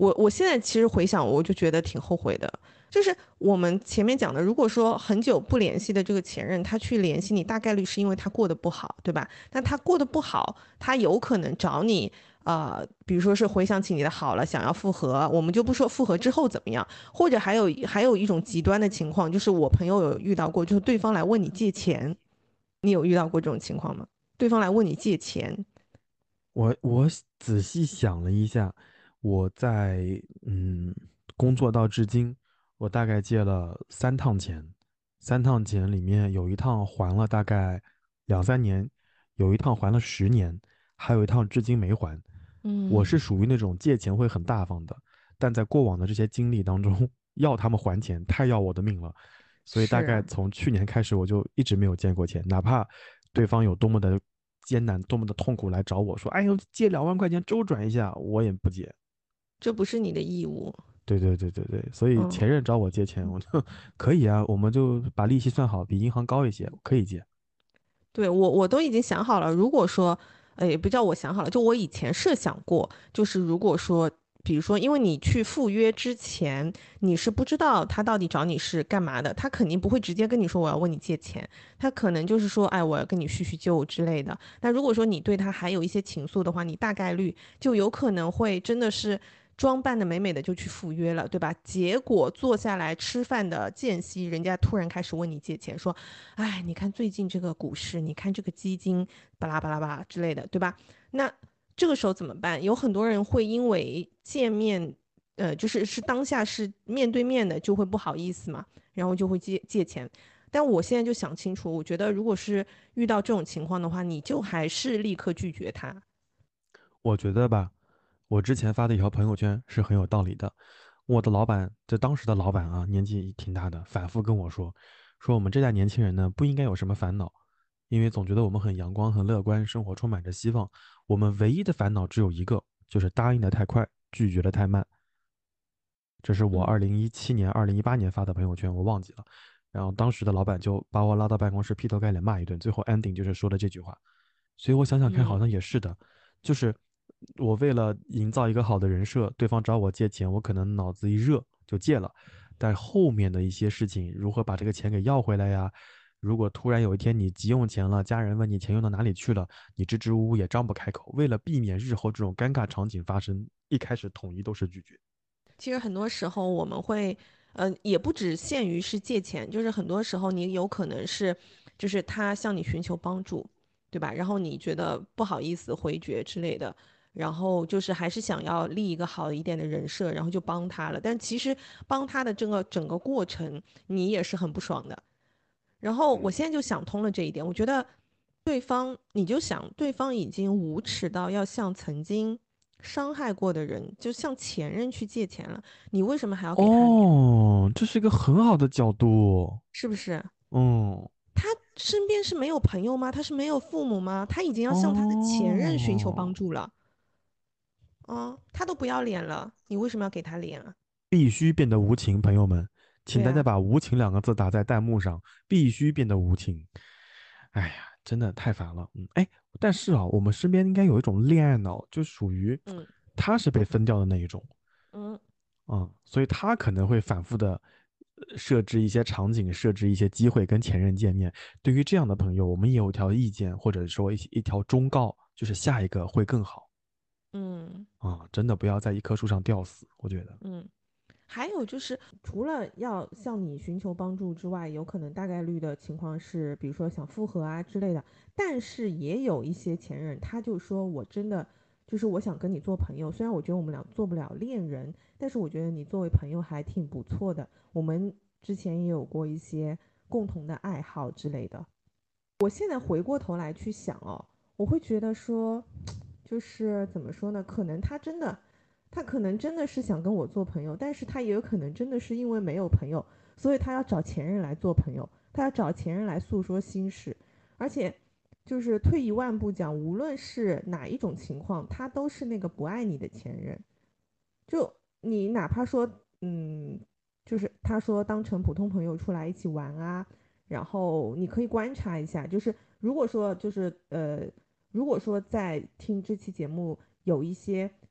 我现在其实回想，我就觉得挺后悔的。就是我们前面讲的，如果说很久不联系的这个前任，他去联系你，大概率是因为他过得不好，对吧？那他过得不好，他有可能找你，比如说是回想起你的好了，想要复合，我们就不说复合之后怎么样，或者还有一种极端的情况，就是我朋友有遇到过，就是对方来问你借钱，你有遇到过这种情况吗？对方来问你借钱， 我仔细想了一下，我在工作到至今，我大概借了3趟钱，3趟钱里面有一趟还了大概2、3年，有一趟还了10年，还有一趟至今没还。我嗯， 是属于那种借钱会很大方的，但在过往的这些经历当中，要他们还钱太要我的命了，所以大概是。 从去年开始我就一直没有借过钱，哪怕对方有多么的艰难、多么的痛苦来找我说，哎呦，借2万块钱周转一下，我也不借。 这不是你的义务。 对对对对对，所以嗯， 前任找我借钱，我就可以啊，我们就把利息算好，比银行高一些，可以借。 对，我都已经想好了。如果说，也不叫我想好了，就我以前设想过，就是如果说，比如说，因为你去赴约之前，你是不知道他到底找你是干嘛的，他肯定不会直接跟你说我要问你借钱，他可能就是说，哎，我要跟你叙叙旧之类的。那如果说你对他还有一些情愫的话，你大概率就有可能会真的是装扮的美美的就去赴约了，对吧？结果坐下来吃饭的间隙，人家突然开始问你借钱，说，哎，你看最近这个股市，你看这个基金，巴拉巴拉巴拉之类的，对吧？那这个时候怎么办？有很多人会因为见面，就是当下是面对面的，就会不好意思嘛，然后就会借钱。但我现在就想清楚，我觉得如果是遇到这种情况的话，你就还是立刻拒绝他。 我觉得吧，我之前发的一条朋友圈是很有道理的。我的老板，这当时的老板啊，年纪挺大的，反复跟我说，说我们这代年轻人呢，不应该有什么烦恼，因为总觉得我们很阳光、很乐观，生活充满着希望。我们唯一的烦恼只有一个，就是答应的太快，拒绝的太慢。这是我嗯 2017年、2018年发的朋友圈，我忘记了。然后当时的老板就把我拉到办公室，劈头盖脸骂一顿，最后 ending 就是说的这句话。所以我想想看，好嗯。 像也是的，就是我为了营造一个好的人设，对方找我借钱，我可能脑子一热就借了，但后面的一些事情，如何把这个钱给要回来呀？如果突然有一天你急用钱了，家人问你钱用到哪里去了，你支支吾吾也张不开口。为了避免日后这种尴尬场景发生，一开始统一都是拒绝。 其实很多时候我们会，也不只限于是借钱，就是很多时候你有可能是，就是他向你寻求帮助，对吧？然后你觉得不好意思回绝之类的，然后就是还是想要立一个好一点的人设，然后就帮他了。但其实帮他的整个过程，你也是很不爽的。然后我现在就想通了这一点，我觉得对方，你就想对方已经无耻到要向曾经伤害过的人，就向前任去借钱了，你为什么还要给他脸？ 哦，这是一个很好的角度。 是不是？ 嗯， 他身边是没有朋友吗？他是没有父母吗？他已经要向他的前任寻求帮哦， 助了，他都不要脸了，你为什么要给他脸啊？ 必须变得无情，朋友们，请对啊， 大家把"无情"2个字打在弹幕上，必须变得无情。哎呀，真的太烦了。哎，但是啊，我们身边应该有一种恋爱脑，就属于嗯他是被分掉的那一种。 嗯。 所以他可能会反复的设置一些场景，设置一些机会跟前任见面。对于这样的朋友，我们也有一条意见，或者说一条忠告，就是下一个会更好嗯真的不要在一棵树上吊死，我觉得。 嗯。还有就是，除了要向你寻求帮助之外，有可能大概率的情况是，比如说想复合啊之类的。但是也有一些前任，他就说我真的就是我想跟你做朋友，虽然我觉得我们俩做不了恋人，但是我觉得你作为朋友还挺不错的。我们之前也有过一些共同的爱好之类的。我现在回过头来去想哦，我会觉得说，就是怎么说呢？可能他真的，他可能真的是想跟我做朋友，但是他也有可能真的是因为没有朋友，所以他要找前任来做朋友，他要找前任来诉说心事，而且就是退一万步讲，无论是哪一种情况，他都是那个不爱你的前任。就你哪怕说，就是他说当成普通朋友出来一起玩啊，然后你可以观察一下，就是如果说在听这期节目有一些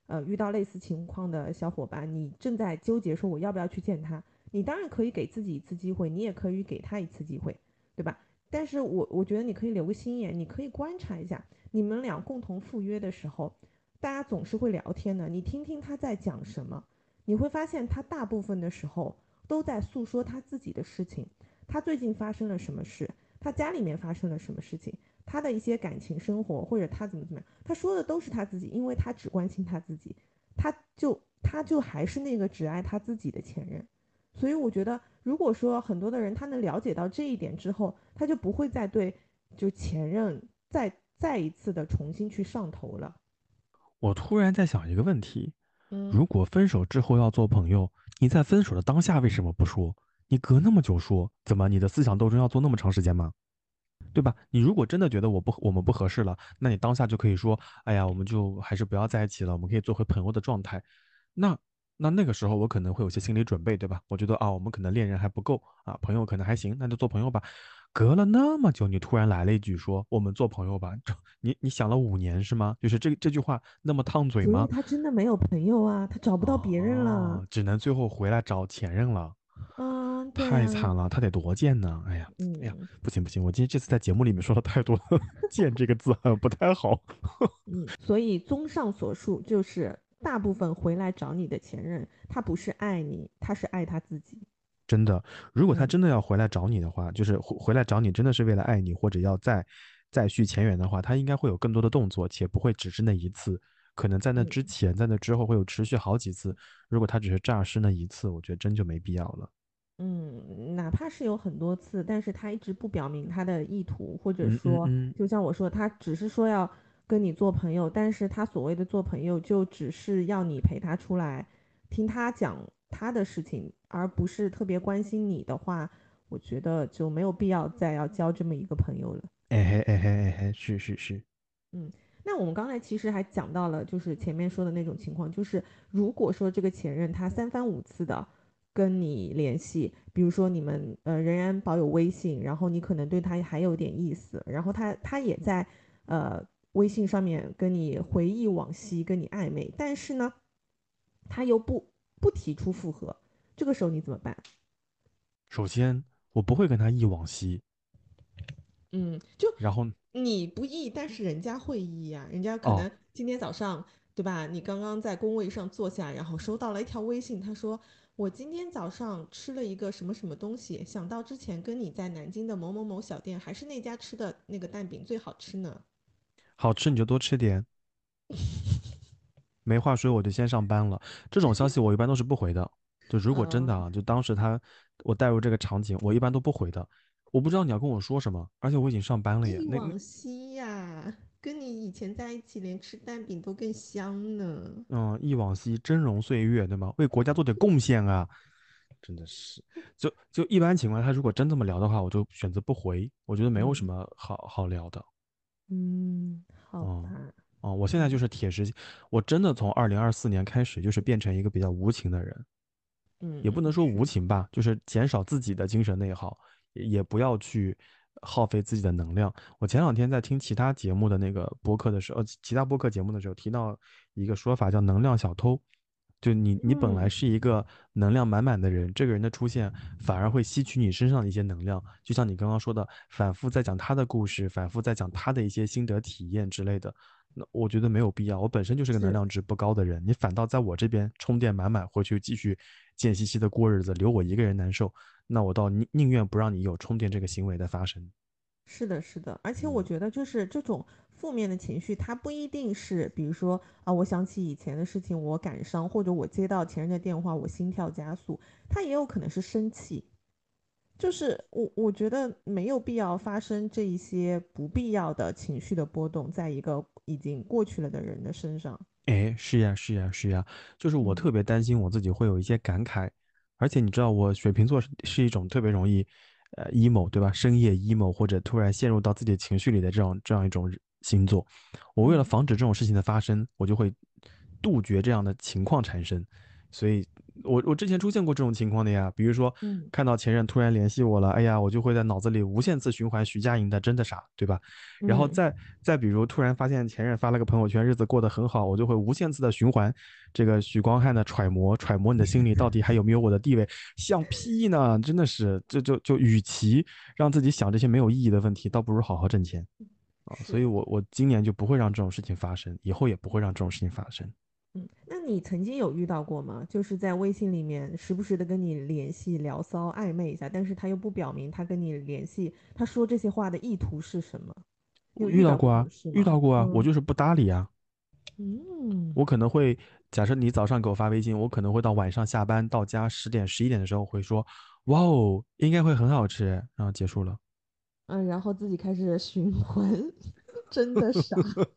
遇到类似情况的小伙伴，你正在纠结说我要不要去见他，你当然可以给自己一次机会，你也可以给他一次机会，对吧？但是我觉得你可以留个心眼，你可以观察一下，你们俩共同赴约的时候，大家总是会聊天的，你听听他在讲什么，你会发现他大部分的时候都在诉说他自己的事情，他最近发生了什么事，他家里面发生了什么事情，他的一些感情生活，或者他怎么样，他说的都是他自己，因为他只关心他自己，他就还是那个只爱他自己的前任。所以我觉得，如果说很多的人他能了解到这一点之后，他就不会再对就前任再一次的重新去上头了。 我突然在想一个问题： 嗯， 如果分手之后要做朋友，你在分手的当下为什么不说？你隔那么久说，怎么你的思想斗争要做那么长时间吗？对吧？你如果真的觉得我们不合适了，那你当下就可以说，哎呀，我们就还是不要在一起了，我们可以做回朋友的状态。那那个时候我可能会有些心理准备，对吧？我觉得啊，我们可能恋人还不够啊，朋友可能还行，那就做朋友吧。隔了那么久，你突然来了一句说我们做朋友吧，你想了5年是吗？就是这句话那么烫嘴吗？ 所以他真的没有朋友啊，他找不到别人了。 只能最后回来找前任了。 嗯，对啊， 太惨了，他得多贱呢！哎呀，哎呀， 嗯不行不行，我今天这次在节目里面说了太多了，贱这个字好像不太好。 所以综上所述，就是大部分回来找你的前任，他不是爱你，他是爱他自己。 真的，如果他嗯真的要回来找你的话，就是回来找你，真的是为了爱你，或者要再续前缘的话，他应该会有更多的动作，且不会只是那一次，可能在那之嗯。 前，在那之后会有持续好几次。如果他只是诈尸那一次，我觉得真就没必要了。 哪怕是有很多次，但是他一直不表明他的意图，或者嗯嗯说， 嗯， 就像我说，他只是说要跟你做朋友，但是他所谓的做朋友，就只是要你陪他出来，听他讲他的事情，而不是特别关心你的话，我觉得就没有必要再要交这么一个朋友了。 哎嘿哎嘿哎嘿，是是是， 嗯，那我们刚才其实还讲到了，就是前面说的那种情况，就是如果说这个前任他三番五次的跟你联系，比如说你们仍然保有微信，然后你可能对他还有点意思，然后他也在微信上面跟你回忆往昔，跟你暧昧，但是呢，他又不提出复合，这个时候你怎么办？ 首先我不会跟他忆往昔， 就然后你不易，但是人家会意呀、人家可哦， 能今天早上，对吧？你刚刚在工位上坐下，然后收到了一条微信，他说我今天早上吃了一个什么什么东西，想到之前跟你在南京的某某某小店，还是那家吃的那个蛋饼最好吃呢。 好吃你就多吃点，没话说我就先上班了。这种消息我一般都是不回的。就如果真的嗯， 啊，就当时我带入这个场景，我一般都不回的。我不知道你要跟我说什么，而且我已经上班了耶。 忆往昔呀，跟你以前在一起，连吃蛋饼都更香呢。 忆往昔峥嵘岁月，对吗？为国家做点贡献啊，真的是。就一般情况，他如果真这么聊的话，我就选择不回。我觉得没有什嗯么好聊的。 好哦、 吧， 我现在就嗯是铁石心，我真的从2024年开始，就是变成一个比较无情的人。也不能说无是， 情吧，就是减少自己的精神内耗，也不要去耗费自己的能量。我前两天在听其他节目的那个播客的时候，其他播客节目的时候提到一个说法叫“能量小偷”，就你本来嗯是一个能量满满的人，这个人的出现反而会吸取你身上的一些能量，就像你刚刚说的，反复在讲他的故事，反复在讲他的一些心得体验之类的。那我觉得没有必要，我本身就是个能是。 量值不高的人，你反倒在我这边充电满满，回去继续贱兮兮的过日子，留我一个人难受，那我倒宁愿不让你有充电这个行为的发生。 是的，是的，而且我嗯， 觉得就是这种负面的情绪，它不一定是，比如说啊，我想起以前的事情，我感伤，或者我接到前任的电话，我心跳加速，它也有可能是生气。就是我觉得没有必要发生这一些不必要的情绪的波动，在一个已经过去了的人的身上。 哎，是呀，是呀，是呀，就是我嗯特别担心我自己会有一些感慨，而且你知道我水瓶座是一种特别容易emo 对吧？深夜 emo 或者突然陷入到自己的情绪里的这样一种星座。我为了嗯。 防止这种事情的发生，我就会杜绝这样的情况产生，所以我之前出现过这种情况的呀，比如说嗯看到前任突然联系我了，哎呀，我就会在脑子里无限次循环徐佳莹的《真的傻》，对吧？然后嗯， 再比如突然发现前任发了个朋友圈，日子过得很好，我就会无限次的循环这个许光汉的揣摩你的心里到底还有没有我的地位，想屁呢？真的是，这就与其让自己想这些没有意义的问题，倒不如好好挣钱啊。所以是。 我今年就不会让这种事情发生，以后也不会让这种事情发生。 嗯，那你曾经有遇到过吗？就是在微信里面时不时的跟你联系、聊骚、暧昧一下，但是他又不表明他跟你联系，他说这些话的意图是什么？你我有遇到过这遇到过啊， 种事吗？ 遇到过啊，我嗯就是不搭理啊。 嗯我可能会假设你早上给我发微信，我可能会到晚上下班到家10点11点的时候会说，哇哦，应该会很好吃，然后结束了。 嗯，然后自己开始循环，真的傻。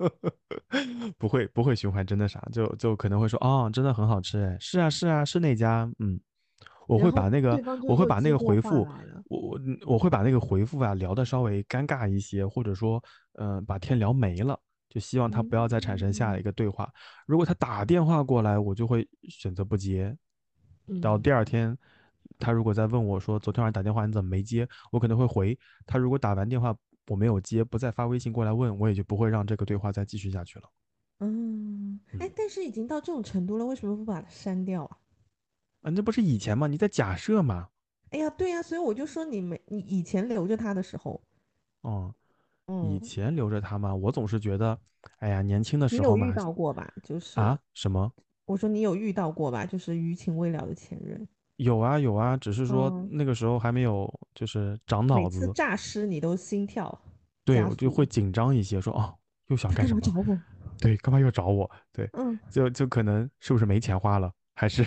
不会循环，真的傻，就可能会说，哦，真的很好吃，哎，是啊是啊是那家，我然后会把那个对方就我会把那个又接电回复， 话来了。 我会把那个回复啊聊的稍微尴尬一些，或者说，把天聊没了，就希望他不要再产生下一嗯个对话。如果他打电话过来，我就会选择不接。到嗯第二天，他如果再问我说昨天晚上打电话你怎么没接，我可能会回他。如果打完电话我没有接，不再发微信过来问，我也就不会让这个对话再继续下去了。 嗯，哎， 嗯， 但是已经到这种程度了，为什么不把它删掉啊？ 那不是以前吗？你在假设嘛？ 哎呀，对呀，所以我就说你没，你以前留着他的时候。 哦、以嗯， 前留着他吗？我总是觉得，哎呀，年轻的你有遇时候嘛， 到过吧？就是啊，什么？ 我说你有遇到过吧？就是余情未了的前任。 有啊有啊，只是说嗯， 那个时候还没有就是长每次脑子， 诈尸你都心跳对我就会加速， 紧张一些，说哦，又想他干什么？ 干嘛找我？ 对，干嘛又找我？对， 嗯， 就可能是不是没钱花了，还是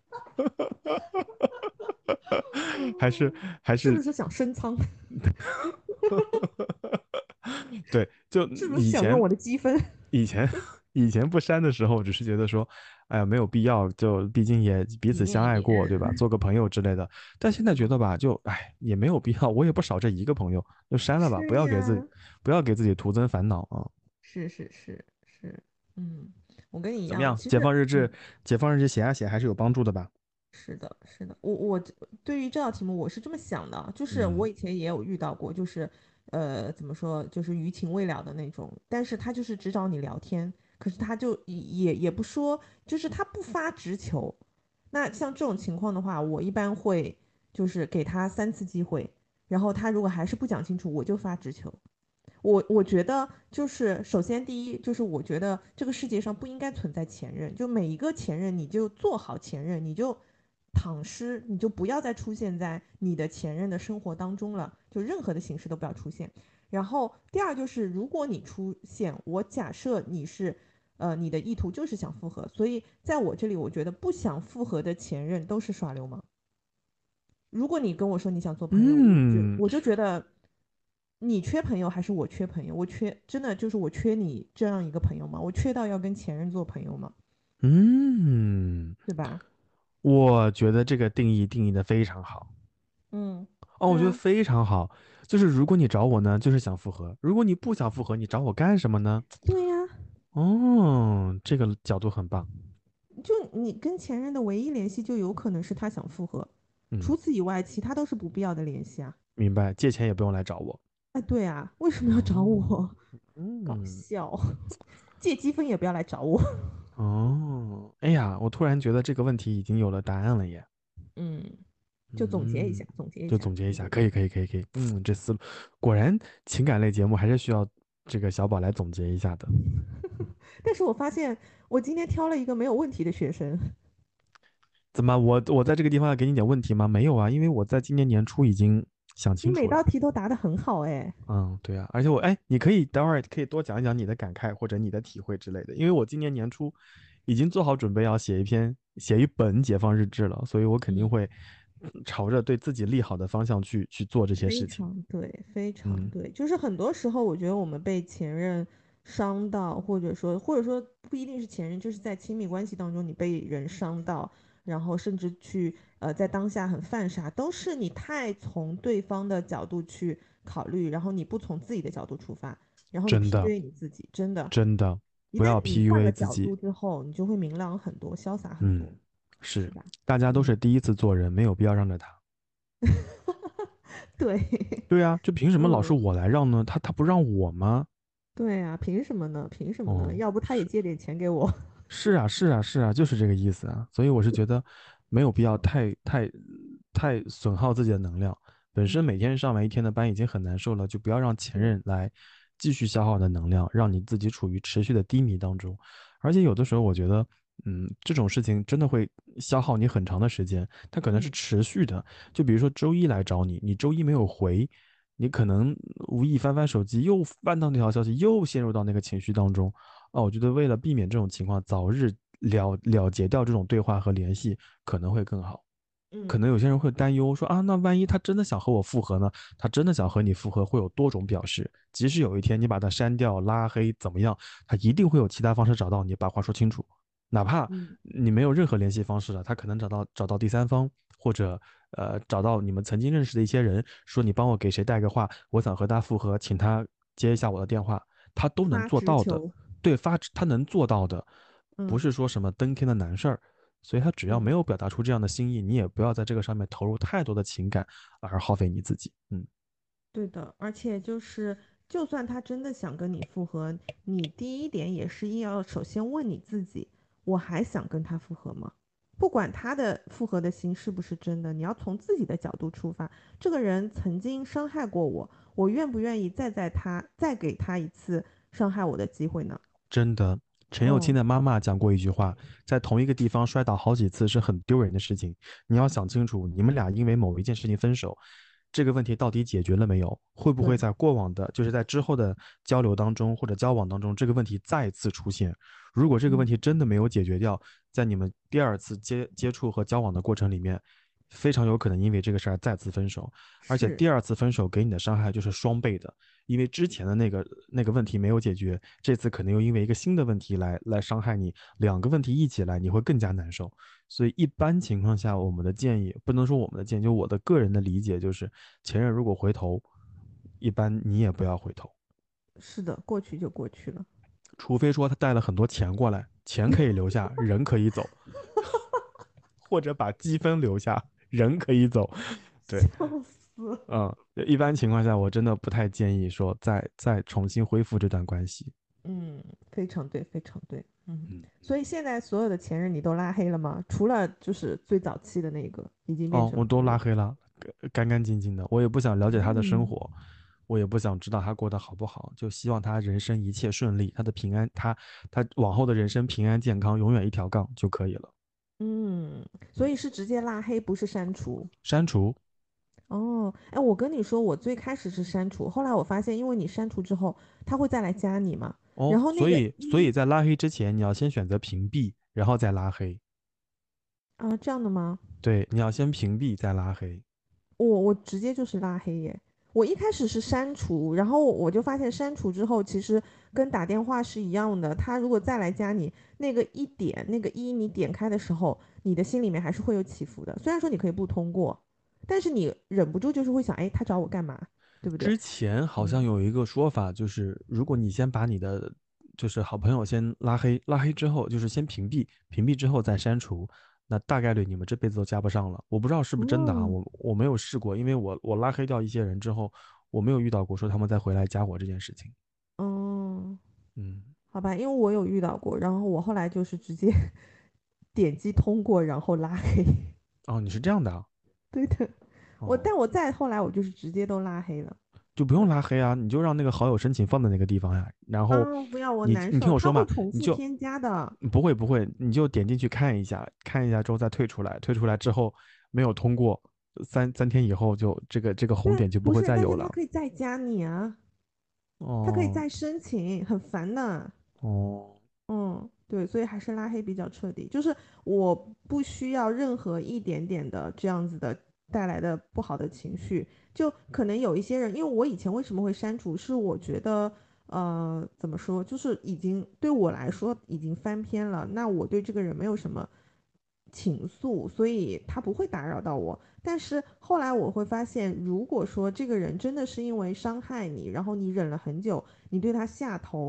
还是还是是不是想升仓？ 对，就是不是想用以前我的积分？ 以前以前不删的时候，只是觉得说，哎呀，没有必要，就毕竟也彼此一年一相爱过，对吧？ 年。 做个朋友之类的。但现在觉得吧，就哎，也没有必要，我也不少这一个朋友，就删了吧， 是呀， 不要给自己徒增烦恼啊。 是，嗯，我跟你一样， 怎么样？ 其实， 解放日志写啊写还是有帮助的吧？ 是的，我对于这道题目我是这么想的，就是我嗯， 以前也有遇到过，就是怎么说，就是余情未了的那种，但是他就是只找你聊天，可是他就也不说，就是他不发直球。那像这种情况的话，我一般会就是给他3次机会，然后他如果还是不讲清楚，我就发直球。我觉得就是首先第一就是我觉得这个世界上不应该存在前任，就每一个前任你就做好前任，你就躺尸，你就不要再出现在你的前任的生活当中了，就任何的形式都不要出现。然后第二就是，如果你出现，我假设你是，你的意图就是想复合，所以在我这里，我觉得不想复合的前任都是耍流氓。如果你跟我说你想做朋友， 嗯我就觉得你缺朋友还是我缺朋友？我缺真的就是我缺你这样一个朋友吗？我缺到要跟前任做朋友吗？ 嗯， 对吧？ 我觉得这个定义的非常好。 嗯， 哦，我觉得对啊， 非常好。就是如果你找我呢，就是想复合；如果你不想复合，你找我干什么呢？ 对呀， 哦，这个角度很棒。 就你跟前任的唯一联系就有可能是他想复合， 嗯， 除此以外，其他都是不必要的联系啊。 明白，借钱也不用来找我。 哎，对啊，为什么要找哦， 我？搞嗯， 笑，借积分也不要来找我。 哦，哎呀，我突然觉得这个问题已经有了答案了耶。 嗯，就总结一嗯， 下，总结一就下， 总结一下， 对对对。 可以。这思路果然情感类节目还是需要这个小宝来总结一下的。 但是我发现我今天挑了一个没有问题的学生。 怎么，我在这个地方要给你点问题吗？没有啊，因为我在今年年初已经想你清楚了。 每道题都答得很好哎。 嗯，对啊，而且哎，你可以等会儿可以多讲一讲你的感慨或者你的体会之类的，因为我今年年初已经做好准备要写一本解放日志了，所以我肯定嗯， 会朝着对自己利好的方向去做这些非事情。 常对，非常嗯， 对。就是很多时候，我觉得我们被前任伤到，或者说不一定是前任，就是在亲密关系当中你被人伤到，然后甚至去在当下很犯傻，都是你太从对方的角度去考虑，然后你不从自己的角度出发，然后你真的 PUA 你自己，真的。 真的一旦不要你换 PUA 了角自己。 度之后，你就会明朗很多，潇洒很嗯， 多。 是， 吧？ 大家都是第一次做人，没有必要让着他。 对， 对啊，就凭什么老是嗯， 我来让呢？他不让我吗？ 对啊，凭什么呢？凭什么呢？ 哦， 要不他也借点钱给我。 是啊，是啊，是啊，就是这个意思啊。所以我是觉得没有必要太损耗自己的能量。本身每天上完一天的班已经很难受了，就不要让前是， 任来继续消耗你的能量，让你自己处于持续的低迷当中。而且有的时候我觉得，这种事情真的会消耗你很长的时间，它可能是嗯持续的。就比如说周一来找你，你周一没有回，你可能无意翻翻手机，又翻到那条消息，又陷入到那个情绪当中。我觉得为了避免这种情况，早日了结掉这种对话和联系，可能会更好。可嗯能有些人会担忧说啊，那万一他真的想和我复合呢？他真的想和你复合，会有多种表示。即使有一天你把他删掉、拉黑怎么样，他一定会有其他方式找到你，把话说清楚。哪怕嗯你没有任何联系方式了，他可能找到第三方，或者找到你们曾经认识的一些人，说你帮我给谁带个话，我想和他复合，请他接一下我的电话，他都能发做到的。 直球。 对，他能做到的，不嗯是说什么登天的难事儿。所以他只要嗯。 没有表达出这样的心意，你也不要在这个上面投入太多的情感，而耗费你自己。 对的，而且就是，就算他真的想跟你复合，你第一点也是要首先问你自己，我还想跟他复合吗？不管他的复合的心是不是真的，你要从自己的角度出发。这个人曾经伤害过我，我愿不愿意再给他一次伤害我的机会呢？ 真的，陈幼卿哦， 的妈妈讲过一句话，在同一个地方摔倒好几次是很丢人的事情。你要想清楚，你们俩因为某一件事情分手，这个问题到底解决了没有？会不会对， 在过往的，就是在之后的交流当中或者交往当中，这个问题再次出现？如果这个问嗯， 题真的没有解决掉，在你们第二次接触和交往的过程里面，非常有可能因为这个事儿再次分手，而且是第二次分手给你的伤害就是双倍的。因为之前的那个问题没有解决，这次可能又因为一个新的问题来伤害你，两个问题一起来，你会更加难受。所以一般情况下，我们的建议不能说我们的建议，就我的个人的理解就是，前任如果回头，一般你也不要回头， 是的，过去就过去了。 除非说他带了很多钱过来，钱可以留下，人可以走，或者把积分留下，人可以走。对， 笑死。 一般情况下，我真的不太建议说再重新恢复这段关系。 嗯，非常对，非常对。嗯， 嗯。 所以现在所有的前任你都拉黑了吗？除了就是最早期的那个，已经变哦，我都成朋友。 拉黑了，干干净净的。我也不想了解他的生嗯活，我也不想知道他过得好不好，就希望他人生一切顺利，他的平安，他往后的人生平安健康，永远一条杠就可以了。 嗯，所以是直接拉黑，不是删除。 删除。 哦，哎，我跟你说，我最开始是删除，后来我发现，因为你删除之后，他会再来加你嘛，然哦， 后那个所以所以在拉黑之前，你要先选择屏蔽，然后再拉黑。 啊，这样的吗？ 对，你要先屏蔽再拉黑。 我直接就是拉黑耶。我一开始是删除，然后我就发现删除之后，其实跟打电话是一样的。他如果再来加你，那个一点那个一，你点开的时候，你的心里面还是会有起伏的。虽然说你可以不通过，但是你忍不住就是会想，哎，他找我干嘛？对不对？ 之前好像嗯， 有一个说法，就是如果你先把你的就是好朋友先拉黑，拉黑之后就是先屏蔽，屏蔽之后再删除，那大概率你们这辈子都加不上了。我不知道是不是真的啊， 哦， 我没有试过，因为我拉黑掉一些人之后，我没有遇到过说他们再回来加我这件事情。 哦， 嗯。 好吧，因为我有遇到过，然后我后来就是直接点击通过，然后拉黑。 哦，你是这样的啊。 对的， 哦， 但我再后来我就是直接都拉黑了。 就不用对。 拉黑啊，你就让那个好友申请放在那个地方呀，然后啊，不要，我你难受，他会你听我说嘛，你就重复添加的。 不会，你就点进去看一下，看一下之后再退出来，退出来之后没有通过，三天以后就这个红对， 点就不不是，但是他会再有了。 可以再加你啊，他可以哦再申请，很烦的。 哦， 嗯，对，所以还是拉黑比较彻底，就是我不需要任何一点点的这样子的带来的不好的情绪，就可能有一些人，因为我以前为什么会删除，是我觉得，怎么说，就是已经对我来说已经翻篇了，那我对这个人没有什么情愫，所以他不会打扰到我。但是后来我会发现，如果说这个人真的是因为伤害你，然后你忍了很久，你对他下头。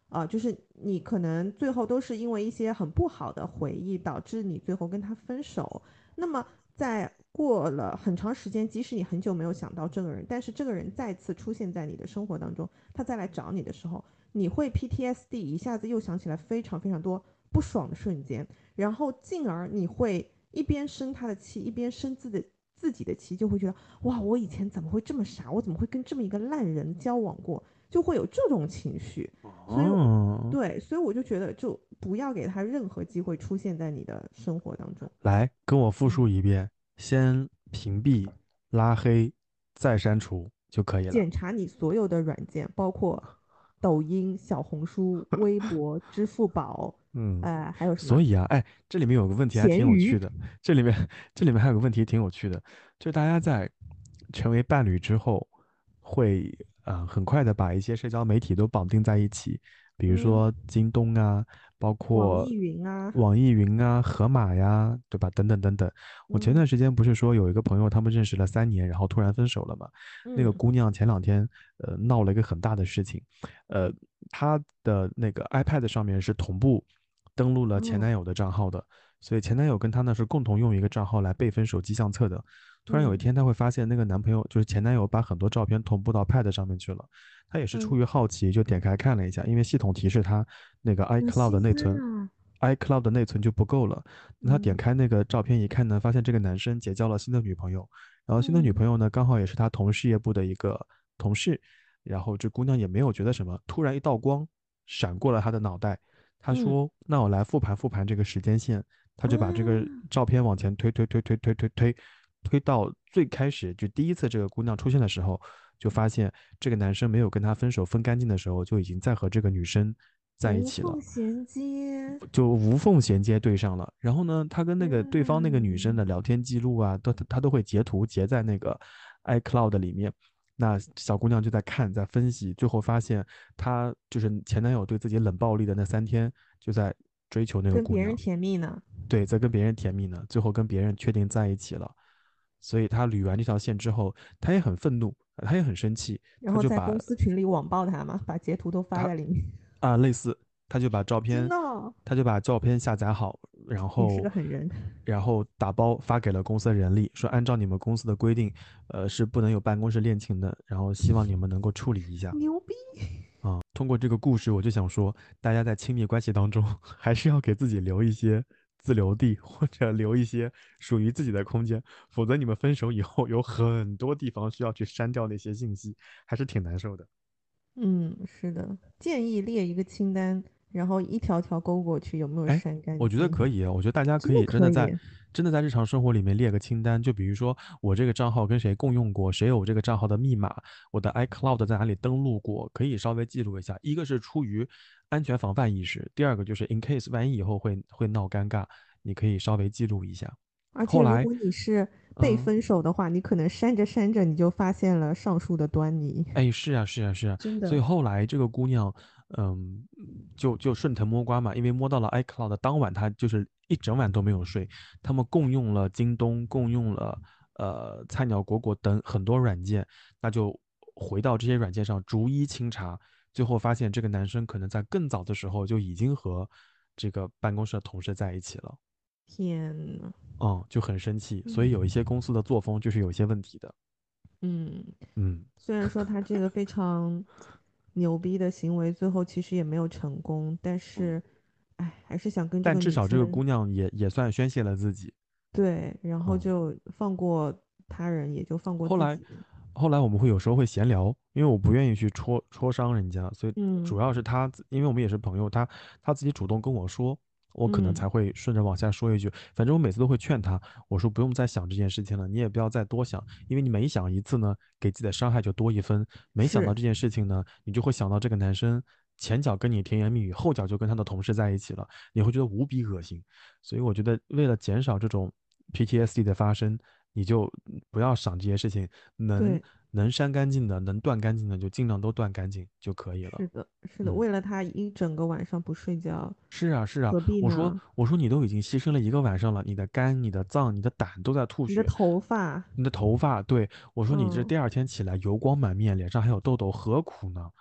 就是你可能最后都是因为一些很不好的回忆导致你最后跟他分手。那么在过了很长时间，即使你很久没有想到这个人，但是这个人再次出现在你的生活当中，他再来找你的时候，你会 PTSD 一下子又想起来非常非常多不爽的瞬间，然后进而你会一边生他的气，一边生自己的气，就会觉得哇，我以前怎么会这么傻？我怎么会跟这么一个烂人交往过？就会有这种情绪。所以哦， 对，所以我就觉得，就不要给他任何机会出现在你的生活当中。 来跟我复嗯， 述一遍，先屏蔽、拉黑，再删除就可以了。 检查你所有的软件，包括抖音、小红书、微博、支付宝， 嗯， 还有什么所以啊，哎，这里面有个问题还挺闲鱼。 有趣的，这里面这里面还有个问题挺有趣的，就是大家在成为伴侣之后，会很快的把一些社交媒体都绑定在一起，比如嗯， 说京东啊，包括网易云啊。 网易云啊、盒马呀，对吧？等等等等。我前嗯段时间不是说有一个朋友，他们认识了3年，然后突然分手了嘛？那个嗯姑娘前2天闹了一个很大的事情，呃，她的那个 iPad 上面是同步登录了前哦男友的账号的，所以前男友跟她呢是共同用一个账号来备份手机相册的。突然有一嗯天，她会发现那个男朋友就是前男友把很多照片同步到 Pad 上面去了。她也是嗯， 出于好奇，就点开看了一下，因为系统提示她那个好 iCloud 的心内存酸啊。 iCloud 的内存就不够了。那她点嗯开那个照片一看呢，发现这个男生结交了新的女朋友，然后新的女嗯， 朋友呢刚好也是他同事业部的一个同事，然后这姑娘也没有觉得什么，突然一道光闪过了她的脑袋，她嗯说：“那我来复盘复盘这个时间线。”她就把这个嗯， 照片往前推到最开始，就第一次这个姑娘出现的时候，就发现这个男生没有跟她分手分干净的时候，就已经在和这个女生在一无起了。 缝衔接。 就无缝衔接对上了。然后呢，他跟那个对方那个女生的嗯， 聊天记录啊，他都会截图截在那个 iCloud 里面。那小姑娘就在看，在分析，最后发现她就是前男友对自己冷暴力的那3天，就在追求那个姑娘， 跟别人甜蜜呢。 对，在跟别人甜蜜呢，最后跟别人确定在一起了。所以他捋完这条线之后，他也很愤怒，他也很生气， 然后在他就把公司群里网暴他嘛，把截图都发他在里面。 类似，他就把照片， 真的哦。 下载好，然也是后， 个狠人。 打包发给了公司的人力，说按照你们公司的规定，是不能有办公室恋情的，然后希望你们能够处理一下。 牛逼。 通过这个故事，我就想说，大家在亲密关系当中，还是要给自己留一些自留地，或者留一些属于自己的空间，否则你们分手以后，有很多地方需要去删掉那些信息，还是挺难受的。 嗯，是的，建议列一个清单，然后一条条勾过去，有没有哎， 删干我觉得可净？ 以，我觉得大家可真的以可以。 真的在日常生活里面列个清单，就比如说我这个账号跟谁共用过，谁有这个账号的密码，我的 iCloud 在哪里登录过，可以稍微记录一下。一个是出于安全防范意识，第二个就是 in case 万一以后会闹尴尬，你可以稍微记录一下。 而且后来， 如果你是被嗯， 分手的话，你可能删着删着你就发现了上述的端倪。 哎，是啊，是啊，是啊，所以真的。 后来这个姑娘，嗯，就顺藤摸瓜嘛，因为摸到了 iCloud，当晚她就是一整晚都没有睡。他们共用了京东，共用了菜鸟裹裹等很多软件，那就回到这些软件上逐一清查，最后发现这个男生可能在更早的时候就已经和这个办公室的同事在一起了。 天呐。 就很生气。所以有一嗯些公司的作风就是有一些问题的。 嗯， 嗯。 虽然说他这个非常牛逼的行为，最后其实也没有成功，但是，哎，还是想跟这个但至少这个女生。 姑娘也算宣泄了自己。 对，然后嗯， 就放过他人，也就放过后来自己。 后来我们会有时候会闲聊，因为我不愿意去戳伤人家，所以嗯主要是他，因为我们也是朋友，他自己主动跟我说，我可能嗯， 才会顺着往下说一句。反正我每次都会劝他，我说不用再想这件事情了，你也不要再多想，因为你每想一次呢，给自己的伤害就多一分。没想到是。 这件事情呢，你就会想到这个男生前脚跟你甜言蜜语，后脚就跟他的同事在一起了，你会觉得无比恶心。所以我觉得为了减少这种 PTSD 的发生，你就不要想这些事情，能对。 能删干净的，能断干净的就尽量都断干净就可以了。 是的，是的， 嗯， 为了他一整个晚上不睡觉， 是啊，是啊， 何必呢？ 我说你都已经牺牲了一个晚上了，你的肝、你的脏、你的胆都在吐你的血， 头发。 你的头发，对，我说你这嗯， 第二天起来油光满面，脸上还有痘痘，何苦呢？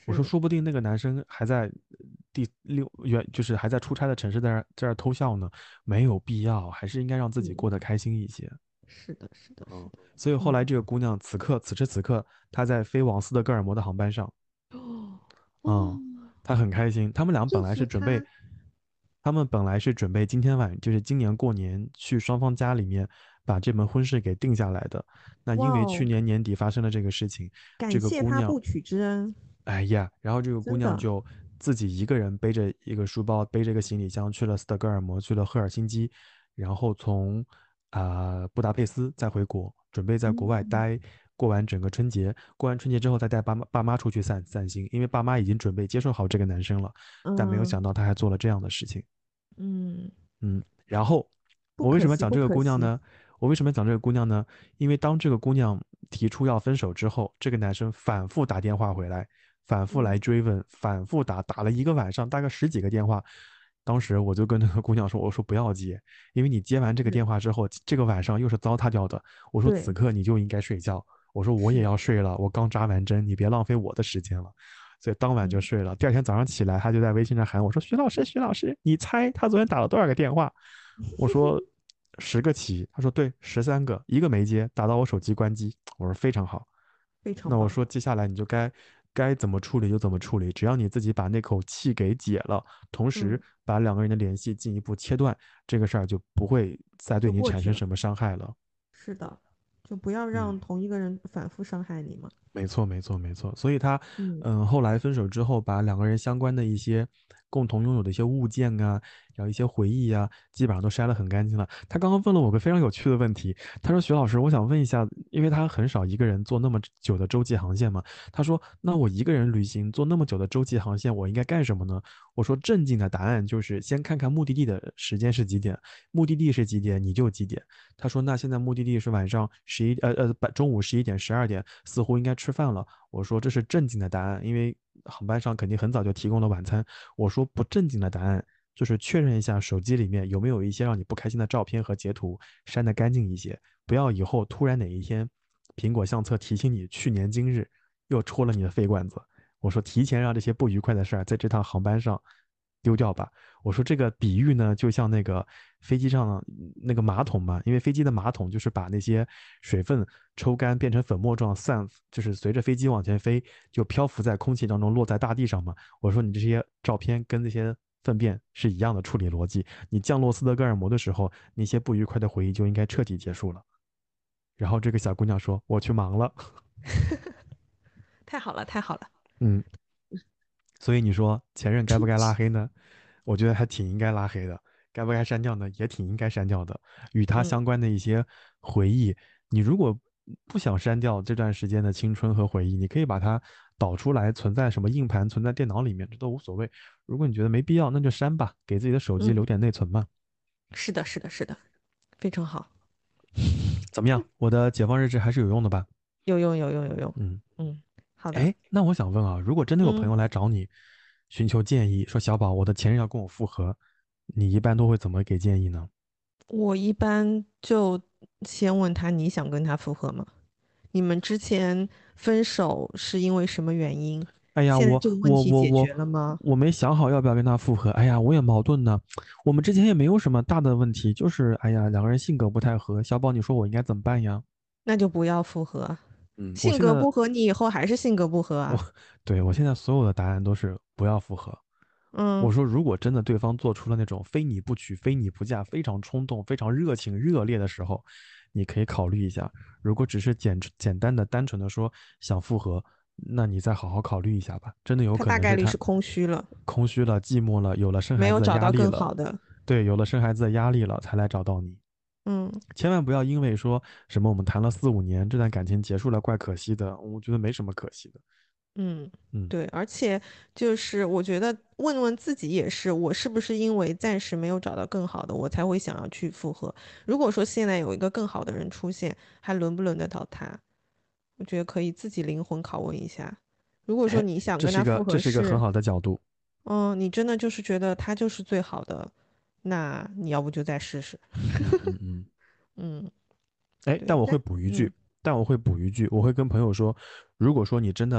我说是， 说不定那个男生还在就是还在出差的城市在这儿偷笑呢，没有必要，还是应该让自己过嗯， 得开心一些。 是的，是的，是嗯， 的， 所以后来嗯， 这个姑娘此时此刻，她在飞往斯德哥尔摩的航班上。 哦，哦， 嗯，她很开心。 祝福他， 他们本来是准备今天就是今年过年去双方家里面把这门婚事给定下来的。那因为去哇哦， 年年底发生了这个事情，这个感谢姑娘他不娶之恩， 哎呀，然后这个姑真的， 娘就自己一个人背着一个书包，背着一个行李箱去了斯德哥尔摩，去了赫尔辛基，然后从布达佩斯再回国，准备在国外嗯过完整个春节。过完春节之后再带爸妈出去散散心，因为爸妈已经准备接受好这个男生了，但没有嗯想到他还做了这样的事情。 嗯， 然后我为不可惜，不什么讲这个可惜， 姑娘呢？我为什么讲这个姑娘呢？因为当这个姑娘提出要分手之后，这个男生反复打电话回来，反复来嗯， 追问，反复打了一个晚上，大概10几个电话。当时我就跟那个姑娘说：“我说不要接，因为你接完这个是， 电话之后，这个晚上又是糟蹋掉的。我说此对， 刻你就应该睡觉。我说我也是， 要睡了，我刚扎完针，你别浪费我的时间了。”所以当晚就嗯， 睡了。第二天早上起来，他就在微信上喊我说：“徐老师，徐老师，你猜他昨天打了多少个电话？”我说10个起，他说对，13个，一个没接，打到我手机关机。我说非常好。 非常棒， 那我说接下来你就该怎么处理就怎么处理，只要你自己把那口气给解了，同时嗯， 把两个人的联系进一步切断，这个事儿就不会再对你就过去了， 产生什么伤害了。 是的，就不要嗯。 让同一个人反复伤害你嘛， 没错，没错，没错。所以他， 嗯后来分手之后，把两个人相关的一些共同拥有的一些物件啊，然后一些回忆啊，基本上都筛得很干净了。他刚刚问了我个非常有趣的问题，他说：“徐老师，我想问一下，因为他很少一个人做那么久的洲际航线嘛，他说，那我一个人旅行做那么久的洲际航线，我应该干什么呢？”我说：“正经的答案就是先看看目的地的时间是几点，目的地是几点你就几点。”他说：“那现在目的地是晚上中午11点12点，似乎应该吃饭了。”我说：“这是正经的答案，因为航班上肯定很早就提供了晚餐。”我说：“不正经的答案就是确认一下手机里面有没有一些让你不开心的照片和截图，删得干净一些，不要以后突然哪一天苹果相册提醒你去年今日又戳了你的肺罐子。”我说提前让这些不愉快的事儿在这趟航班上丢掉吧。我说这个比喻呢，就像那个飞机上那个马桶嘛，因为飞机的马桶就是把那些水分抽干变成粉末状就是随着飞机往前飞，就漂浮在空气当中，落在大地上嘛。我说你这些照片跟那些粪便是一样的处理逻辑，你降落斯德哥尔摩的时候，那些不愉快的回忆就应该彻底结束了。然后这个小姑娘说：“我去忙了。” 太好了，太好了， 嗯，所以你说前任该不该拉黑呢？我觉得还挺应该拉黑的，该不该删掉呢？也挺应该删掉的。与他嗯， 相关的一些回忆，你如果不想删掉这段时间的青春和回忆，你可以把它导出来，存在什么硬盘，存在电脑里面，这都无所谓。如果你觉得没必要，那就删吧，给自己的手机留嗯， 点内存嘛。 是的，是的，是的，非常好， 怎么样？我的解放日志还是有用的吧？ 有用，有用，有用， 嗯。 嗯，好的， 哎，那我想问啊，如果真的有朋嗯。 友来找你寻求建议，说小宝，我的前任要跟我复合，你一般都会怎么给建议呢？ 我一般就先问他你想跟他复合吗？你们之前分手是因为什么原因？ 哎呀， 现在这个问题解决了吗？ 我没想好要不要跟他复合。哎呀，我也矛盾呢。我们之前也没有什么大的问题，就是哎呀，两个人性格不太合。小宝，你说我应该怎么办呀？ 那就不要复合。 我现在性格不合，你以后还是性格不合我啊。 对我现在所有的答案都是不要复合。我嗯， 说，如果真的对方做出了那种非你不娶、非你不嫁、非常冲动、非常热情、热烈的时候，你可以考虑一下。如果只是简单的、单纯的说想复合，那你再好好考虑一下吧。真的有他可能是他大概率是空虚了， 空虚了、寂寞了，有了生没孩子的有找到更压力了。 好的。 对，有了生孩子的压力了，才来找到你。 嗯千万不要因为说什么我们谈了4、5年，这段感情结束了，怪可惜的。我觉得没什么可惜的。 嗯， 嗯。 对，而且就是我觉得问问自己也是，我是不是因为暂时没有找到更好的，我才会想要去复合？如果说现在有一个更好的人出现，还轮不轮得到他？我觉得可以自己灵魂拷问一下。如果说哎， 你想这是一个跟他复这是一个很合是， 好的角度。 你真的就是觉得他就是最好的，那你要不就再试试。 嗯嗯嗯。 嗯， 哎，但对， 我会但补一句，我会跟朋友说，如果说你真的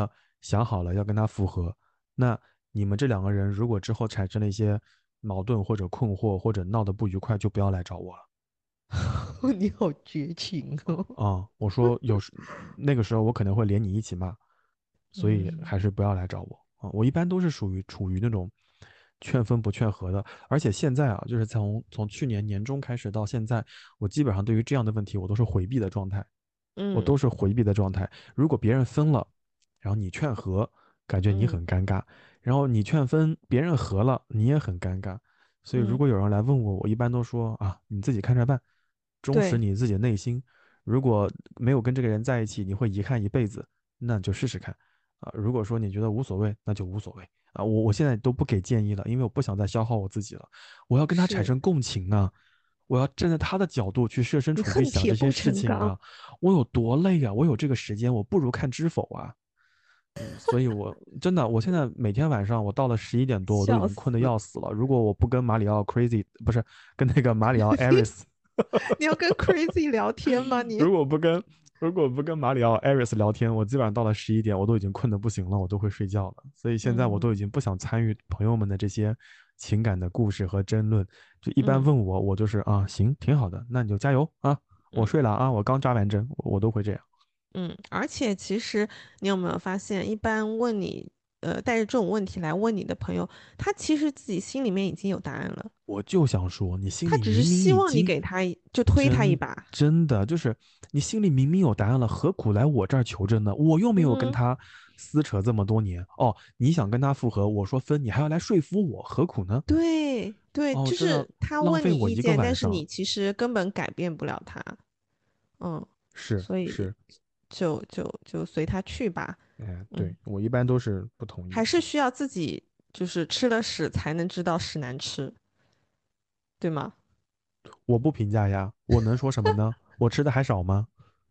想好了要跟他复合，那你们这两个人如果之后产生了一些矛盾或者困惑或者闹得不愉快，就不要来找我了。 你好绝情哦。 啊，我说那个时候我可能会连你一起骂，所以嗯还是不要来找我啊。我一般都是属于处于那种劝分不劝和的，而且现在啊，就是从去年年中开始到现在，我基本上对于这样的问题我都是回避的状态，我嗯， 都是回避的状态。如果别人分了，然后你劝和，感觉你嗯很尴尬；然后你劝分，别人和了，你也很尴尬。所以如嗯， 果有人来问我，我一般都说啊，你自己看着办，忠实对， 你自己的内心。如果没有跟这个人在一起，你会遗憾一辈子，那你就试试看啊。如果说你觉得无所谓，那就无所谓啊。我现在都不给建议了，因为我不想再消耗我自己了。我要跟他产是生共情啊，我要站在他的角度去设身你处地恨铁不想这些事成钢。 情啊。我有多累啊？我有这个时间，我不如看知否啊。所以我真的，我现在每天晚上我到了11点多，我都已笑经困得死！ 要死了。如果我不跟马里奥 crazy，不是跟那个马里奥艾瑞斯， 你要跟 Crazy 聊天吗？你如果不跟马里奥艾瑞斯聊天，我基本上到了11点，我都已经困得不行了，我都会睡觉了。所以现在我都已嗯经不想参与朋友们的这些情感的故事和争论，就一般嗯问我，我就是啊，行，挺好的，那你就加油啊，我嗯睡了啊，我刚扎完针，我都会这样。 嗯，而且其实你有没有发现，一般问你，带着这种问题来问你的朋友，他其实自己心里面已经有答案了， 我就想说，你心他只是里明明希望你已经给他就推他一把。 真的就是你心里明明有答案了，何苦来我这儿求证呢？我又没有跟嗯， 他撕扯这么多年。哦，你想跟他复合，我说分，你还要来说服我，何苦呢？ 对对， 哦， 就真的是他浪问费我一个你意见，但晚上。 是你其实根本改变不了他。嗯，所以是， 就随他去吧。 哎，对， 嗯， 我一般都是不同意。 还是需要自己就是吃了屎才能知道屎难吃，对吗？ 我不评价呀，我能说什么呢？我吃的还少吗？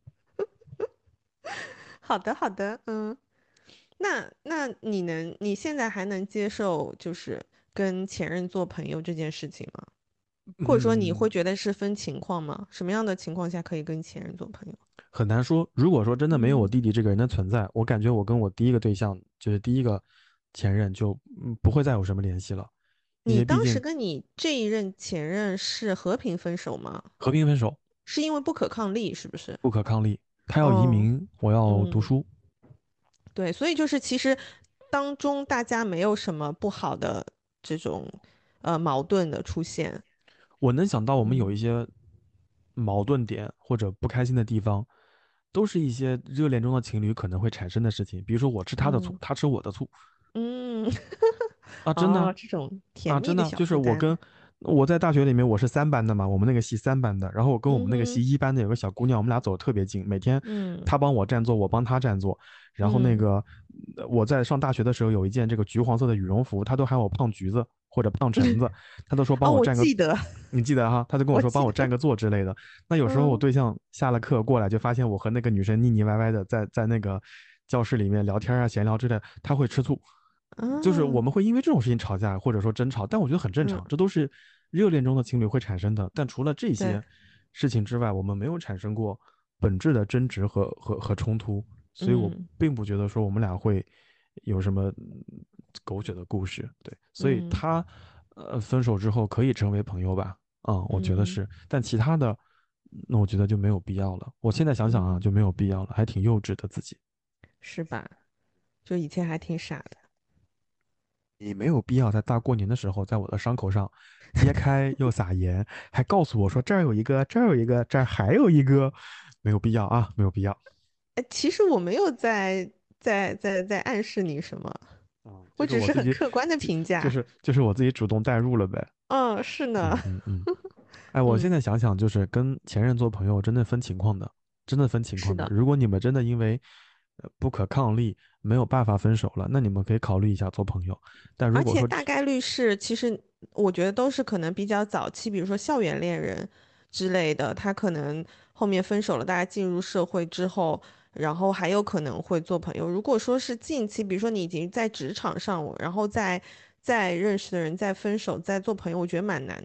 好的，好的，嗯，那你现在还能接受就是跟前任做朋友这件事情吗？或者说你会嗯， 觉得是分情况吗？什么样的情况下可以跟前任做朋友？ 很难说。如果说真的没有我嗯， 弟弟这个人的存在，我感觉我跟我第一个对象，就是第一个前任就不会再有什么联系了，因你为毕竟当时跟你这一任前任是和平分手吗？ 和平分手， 是因为不可抗力，是不是？ 不可抗力。他要移哦， 民，我要读嗯， 书。 对，所以就是其实当中大家没有什么不好的这种矛盾的出现。 我能想到我们有一嗯些矛盾点或者不开心的地方，都是一些热恋中的情侣可能会产生的事情。比如说我吃他的醋， 嗯他吃我的醋嗯， 啊，真的哦，这种甜啊， 蜜的真的就是小负担。 我在大学里面我是3班的嘛，我们那个系3班的，然后我跟我们那个嗯哼， 系1班的有个小姑娘，我们俩走的特别近，每天嗯她帮我占座，我帮她占座。然后那嗯， 个我在上大学的时候有一件这个橘黄色的羽绒服，她都喊我胖橘子或者胖橙子，她都说哦，我帮我占个， 记得， 你记得哈？她就跟我我说帮记得， 我占个座之类的。那有时候我嗯对象下了课过来，就发现我和那个女生腻腻歪歪的在那个教室里面聊天啊、闲聊之类的，他会吃醋。就是我啊， 们会因为这种事情吵架，或者说争吵，但我觉得很正嗯， 常，这都是热恋中的情侣会产生的。但除了这对， 些事情之外，我们没有产生过本质的争执和冲突，所以我嗯并不觉得说我们俩会有什么狗血的故事。对，所以嗯他分手之后可以成为朋友吧？啊、我觉得嗯是，但其他的，那我觉得就没有必要了。我现在想想啊， 嗯， 就没有必要了，还挺幼稚的自己。 是吧？就以前还挺傻的。 你没有必要在大过年的时候在我的伤口上揭开又撒盐，还告诉我说这儿有一个，这儿有一个，这儿还有一个，没有必要啊，没有必要。 哎，其实我没有在暗示你什么， 嗯， 我只是很就是我自己， 客观的就评价。 就是我自己主动带入了呗。 嗯，是呢， 哎，我现嗯， 在想想，就是跟前任做朋友，真的分情况的，真的分情况的。 是的。 如果你们真的因为不可抗力没有办法分手了，那你们可以考虑一下做朋友。但如而且果说大概率是，其实我觉得都是可能比较早期，比如说校园恋人之类的，他可能后面分手了，大家进入社会之后，然后还有可能会做朋友。如果说是近期，比如说你已经在职场上，然后再认识的人再分手再做朋友，我觉得蛮难的。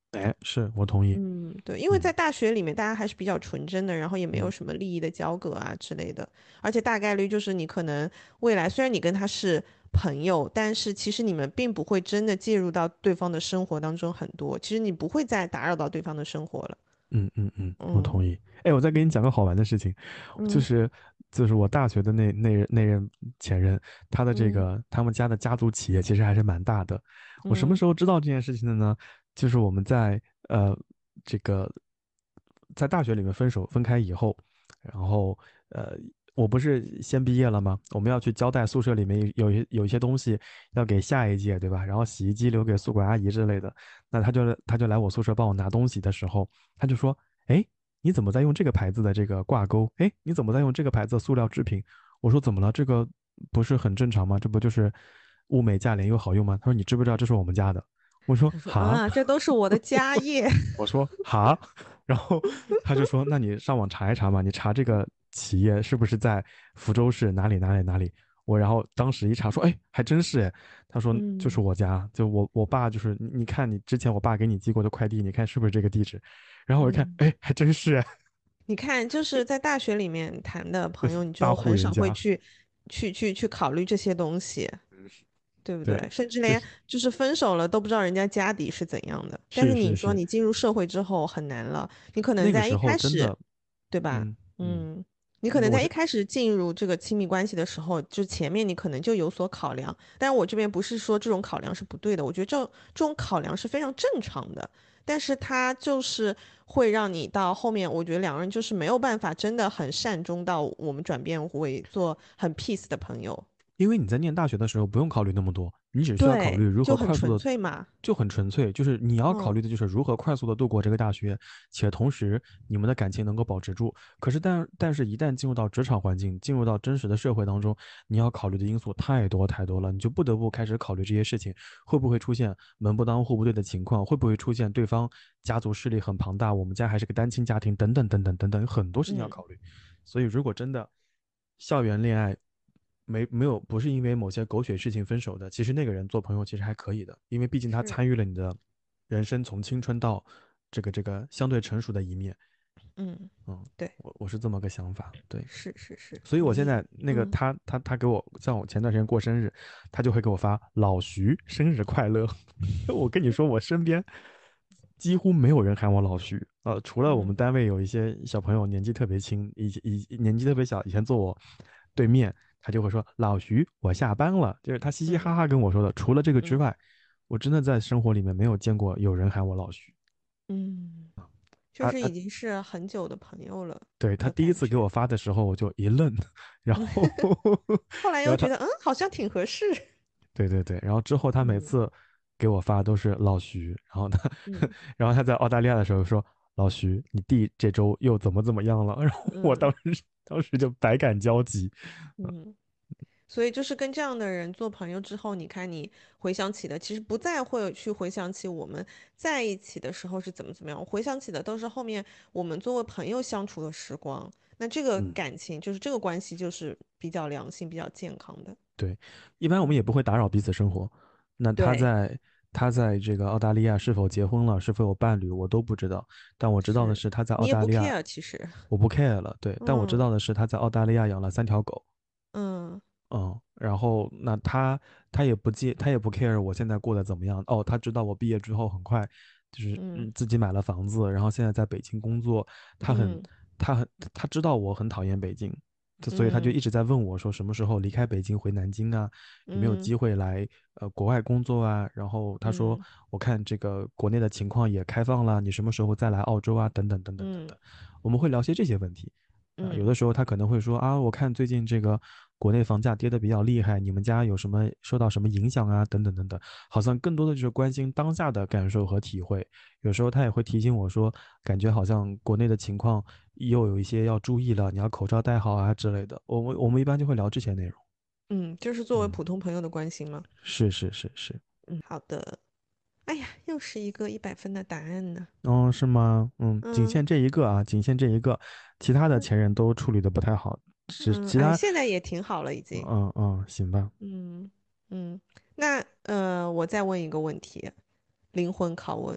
哎，是我同意。 嗯，对，因为嗯在大学里面，大家还是比较纯真的，然后也没有嗯什么利益的交割啊之类的，而且大概率就是你可能未来虽然你跟他是朋友，但是其实你们并不会真的介入到对方的生活当中很多，其实你不会再打扰到对方的生活了。 我同嗯意。哎，我再给你讲个好玩的事情，就嗯是就是我大学的那任前任，他的这嗯个他们家的家族企业其实还是蛮大的。我什么嗯时候知道这件事情的呢？就是我们在这个在大学里面分开以后，然后呃我不是先毕业了吗？我们要去交代宿舍里面有一些东西要给下一届，对吧？然后洗衣机留给宿管阿姨之类的。那他就来我宿舍帮我拿东西的时候，他就说：“哎，你怎么在用这个牌子的这个挂钩？哎，你怎么在用这个牌子的塑料制品？”我说：“怎么了？这个不是很正常吗？这不就是物美价廉又好用吗？”他说：“你知不知道这是我们家的？”我说： 他说 “哈。” 啊，这都是我的家业。 我说哈，然后他就说，那你上网查一查嘛，你查这个企业是不是在福州市哪里哪里哪里？我然后当时一查说，哎，还真是哎。他说就是嗯我家，就我爸就是你看你之前我爸给你寄过的快递，你看是不是这个地址？然后我一看， 嗯。 哎，还真是哎， 你看，就是在大学里面谈的朋友，你大就很户人家， 少会去考虑这些东西，对不对？ 对， 甚至连就是就是分手了都不知道人家家底是怎样的。但是你说是是是， 你进入社会之后很难了，你可能在一那个时候开始， 真的， 对吧？ 嗯嗯， 嗯，你可能在一我是开始进入这个亲密关系的时候，就前面你可能就有所考量。但我这边不是说这种考量是不对的，我觉得这种考量是非常正常的。但是它就是会让你到后面，我觉得两个人就是没有办法真的很善终到我们转变为做很 peace 的朋友。 因为你在念大学的时候不用考虑那么多，你只需要考虑对， 如就很纯何快速的， 粹嘛。 就很纯粹，就是你要考嗯虑的就是如何快速的度过这个大学，且同时你们的感情能够保持住。可是但是，一旦进入到职场环境，进入到真实的社会当中，你要考虑的因素太多太多了，你就不得不开始考虑这些事情，会不会出现门不当户不对的情况，会不会出现对方家族势力很庞大，我们家还是个单亲家庭，等等等等等等，有很多事情要嗯考虑。所以，如果真的校园恋爱没有不是因为某些狗血事情分手的，其实那个人做朋友其实还可以的，因为毕竟他是， 参与了你的人生从青春到这个相对成熟的一面。 嗯， 嗯， 对， 我是这么个想法，对。 是是是， 所以我现你在那个他给我，像我前段时间过生日，他就会给我发老徐生日快乐。我跟你说，我身边几乎没有人喊我老徐，除了我们嗯单位有一些小朋友年纪特别轻，年纪特别小，以前坐我对面，他就会说老徐，我下班了，就是他嘻嘻哈嗯哈跟我说的。除了这个之嗯外，我真的在生活里面没有见过有人喊我老徐。 嗯，就他他是已经是很久的朋友了对他的第一次给我感觉。 发的时候，我就一愣，然后后来然后他又觉得，好像挺合适。 对对对，然后之后他每嗯次给我发都是老徐，然后他， 嗯然后他在澳大利亚的时候说老徐，你弟这周又怎么样了？然后我嗯当时就百感交集。 嗯。所以就是跟这样的人做朋友之后，你看你回想起的，其实不再会去回想起我们在一起的时候是怎么样，回想起的都是后面我们作为朋友相处的时光。那这个嗯， 感情，就是这个关系，就是比较良性、比较健康的。 对，一般我们也不嗯， 会打扰彼此生活。那对， 他在这个澳大利亚是否结婚了，是否有伴侣，我都不知道。但我知道的是是他在你也不澳大利亚， care，其实。 我不 care 了。对，但我知嗯道的是他在澳大利亚养了3条狗。 嗯然后那他也不 care 我现在过得怎么样哦，他知道我毕业之后很快就是嗯自己买了房子，然后现在在北京工作，他很嗯他知道我很讨厌北京，所以他就嗯一直在问我说什么时候离开北京回南京啊，有没有嗯机会来国外工作啊？然后他说嗯我看这个国内的情况也开放了，你什么时候再来澳洲啊？等等等等等嗯等，我们会聊些这些问题。有嗯的时候他可能会说啊，我看最近这个国内房价跌得比较厉害，你们家有什么受到什么影响啊？等等等等，好像更多的就是关心当下的感受和体会。有时候他也会提醒我说，感觉好像国内的情况又有一些要注意了，你要口罩戴好啊之类的。我们一般就会聊这些内容。 嗯，就是作为嗯， 普通朋友的关心吗？ 是是是是。 嗯，好的。哎呀，又是一个100分的答案呢。 哦，是吗？仅嗯限这一个啊，仅限这一个，其他的嗯前任都处理的不太好，是嗯，哎， 其他， 现在也挺好了，已经。 行吧。 嗯嗯，那我再问一个问题，灵魂拷问，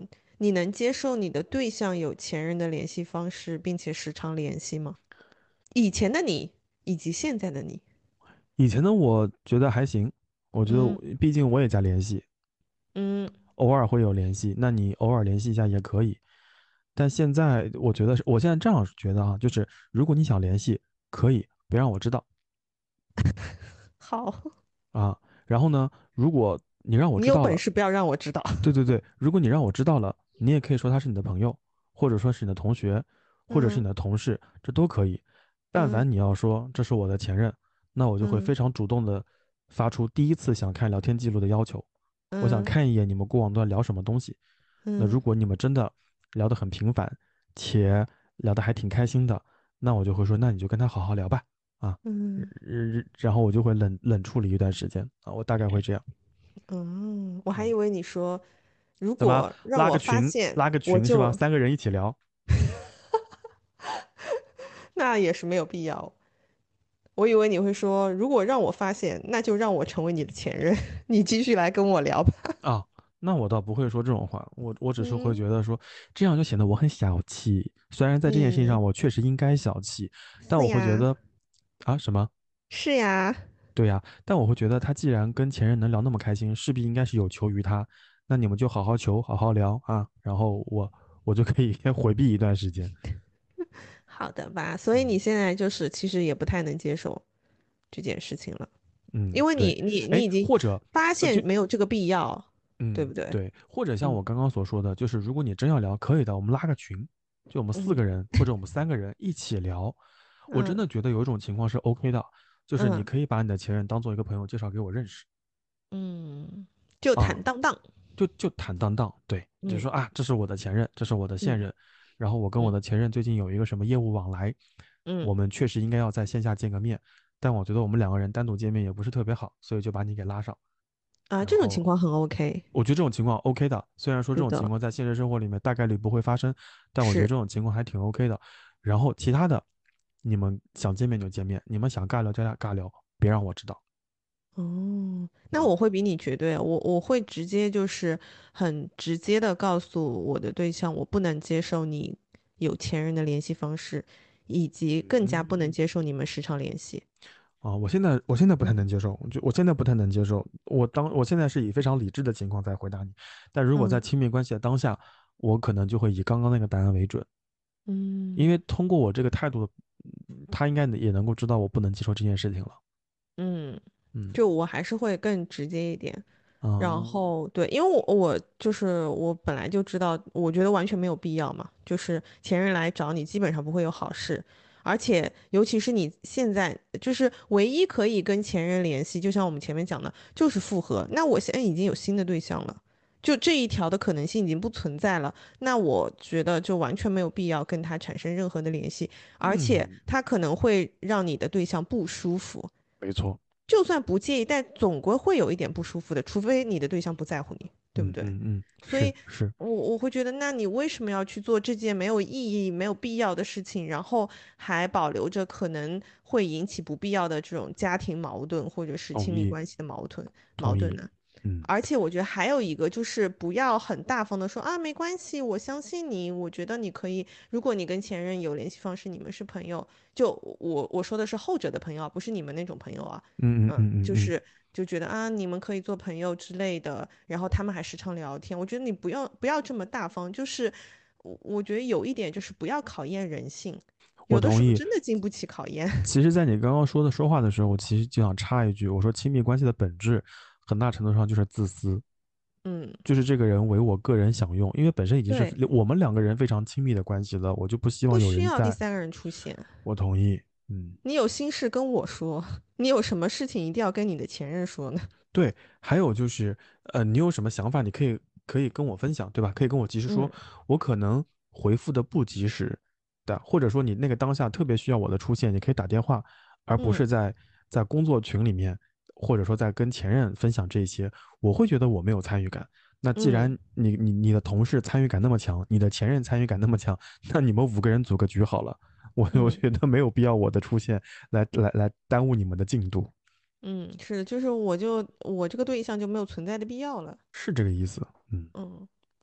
你能接受你的对象有前任的联系方式，并且时常联系吗？以前的你以及现在的你。 以前的我觉得还行，我觉得嗯毕竟我也在联系， 嗯偶尔会有联系，那你偶尔联系一下也可以。但现在我觉得是，我现在这样觉得啊，就是如果你想联系，可以别让我知道好， 啊。然后呢，如果你让我你有知道了， 本事不要让我知道。 对对对，如果你让我知道了，你也可以说他是你的朋友，或者说是你的同学，或者是嗯你的同事，这都可以。但嗯凡你要说这是我的前任，那我就会嗯非常主动的发出第一次想看聊天记录的要求。我想嗯看一眼你们过往段聊什么东西。那嗯如果你们真的聊得很频繁，且聊得还挺开心的，那我就会说，那你就跟他好好聊吧。啊， 嗯然后我就会冷处理一段时间啊，我大概会这样。 嗯，我还以嗯， 为你说，如怎么果让我拉个群？ 发现， 拉个群是吧？ 我就 3个人一起聊那也是没有必要。我以为你会说，如果让我发现，那就让我成为你的前任，你继续来跟我聊吧。 啊。那我倒不会说这种话，我只是会嗯觉得说，这样就显得我很小气。虽然在这件事情嗯， 上我确实应该小气，但是呀， 我会觉得啊什么？ 是呀， 对呀，但我会觉得他既然跟前任能聊那么开心，势必应该是有求于他。那你们就好好求，好好聊啊，然后我就可以先回避一段时间。 好的吧。所以嗯你现在就是其实也不太能接受这件事情了， 嗯， 因为对， 你哎， 已经或者发就现没有这个必要，对不对？ 对，或者像我嗯刚刚所说的，就是如果你真要聊，可以的，我们拉个群，就我们四嗯个人或者我们3个人一起聊。我真嗯的觉得有一种情况是 OK 的，就是你嗯可以把你的前任当做一个朋友介绍给我认识嗯，就啊， 坦荡荡。 就坦荡荡，对，就嗯说啊，这是我的前任，这是我的现嗯任，然后我跟我嗯的前任最近有一个什么业务往来， 嗯我们确实应该要在线下见个面，但我觉得我们2个人单独见面也不是特别好，所以就把你给拉上。 啊，这种然后情况很 OK。 我觉得这种情况 OK 的，虽然说这种情是的， 况在现实生活里面大概率不会发生，但我觉得是。 这种情况还挺 OK 的。然后其他的，你们想见面就见面，你们想尬聊就尬聊，别让我知道哦，那啊。 我会比你绝对，我会直接就是很直接的告诉我的对象，我不能接受你有前任的联系方式，以及更加不能嗯， 接受你们时常联系。 啊，我现在不太能嗯接受，我现在不太能接受。我现在是以非常理智的情况在回答你，但如果在嗯亲密关系的当下，我可能就会以刚刚那个答案为准，因为嗯通过我这个态度，他应该也能够知道我不能接受这件事情了。 嗯， 嗯就我还是会更直接一点。然啊后对，因为我就是我本来就知道，我觉得完全没有必要嘛。就是前任来找你，基本上不会有好事，而且尤其是你现在就是唯一可以跟前任联系，就像我们前面讲的，就是复合。那我现在已经有新的对象了，就这一条的可能性已经不存在了。那我觉得就完全没有必要跟他产生任何的联系，而且嗯， 他可能会让你的对象不舒服。 没错。 就算不介意，但总归会有一点不舒服的，除非你的对象不在乎你，对不对？所以是， 我会觉得，那你为什么要去做这件没有意义、没有必要的事情，然后还保留着可能会引起不必要的这种家庭矛盾或者是亲同意密关系的矛同意， 盾呢？ 嗯而且我觉得还有一个就是不要很大方的说啊，没关系，我相信你，我觉得你可以，如果你跟前任有联系方式，你们是朋友，就我说的是后者的朋友啊，不是你们那种朋友啊，就是就觉得啊，你们可以做朋友之类的，然后他们还时常聊天，我觉得你不要这么大方，就是我觉得有一点就是不要考验人性，有的我同意。 时候真的经不起考验。 其实，在你刚刚说话的时候，我其实就想插一句，我说亲密关系的本质，很大程度上就是自私， 嗯， 就是这个人为我个人享用，因为本身已经是对， 我们2个人非常亲密的关系了，我就不希望有不需人在。 要第三个人出现。 我同意，嗯。 你有心事跟我说，你有什么事情一定要跟你的前任说呢？ 对，还有就是，你有什么想法，你可以跟我分享，对吧？可以跟我及时说， 嗯我可能回复的不及时的，或者说你那个当下特别需要我的出现，你可以打电话，而不嗯是在工作群里面，或者说在跟前任分享这些，我会觉得我没有参与感。那既嗯然你的同事参与感那么强，你的前任参与感那么强，那你们5个人组个局好了，我嗯觉得没有必要我的出现来耽误你们的进度， 嗯，是的，就是我这个对象就没有存在的必要了。 是这个意思，嗯。 嗯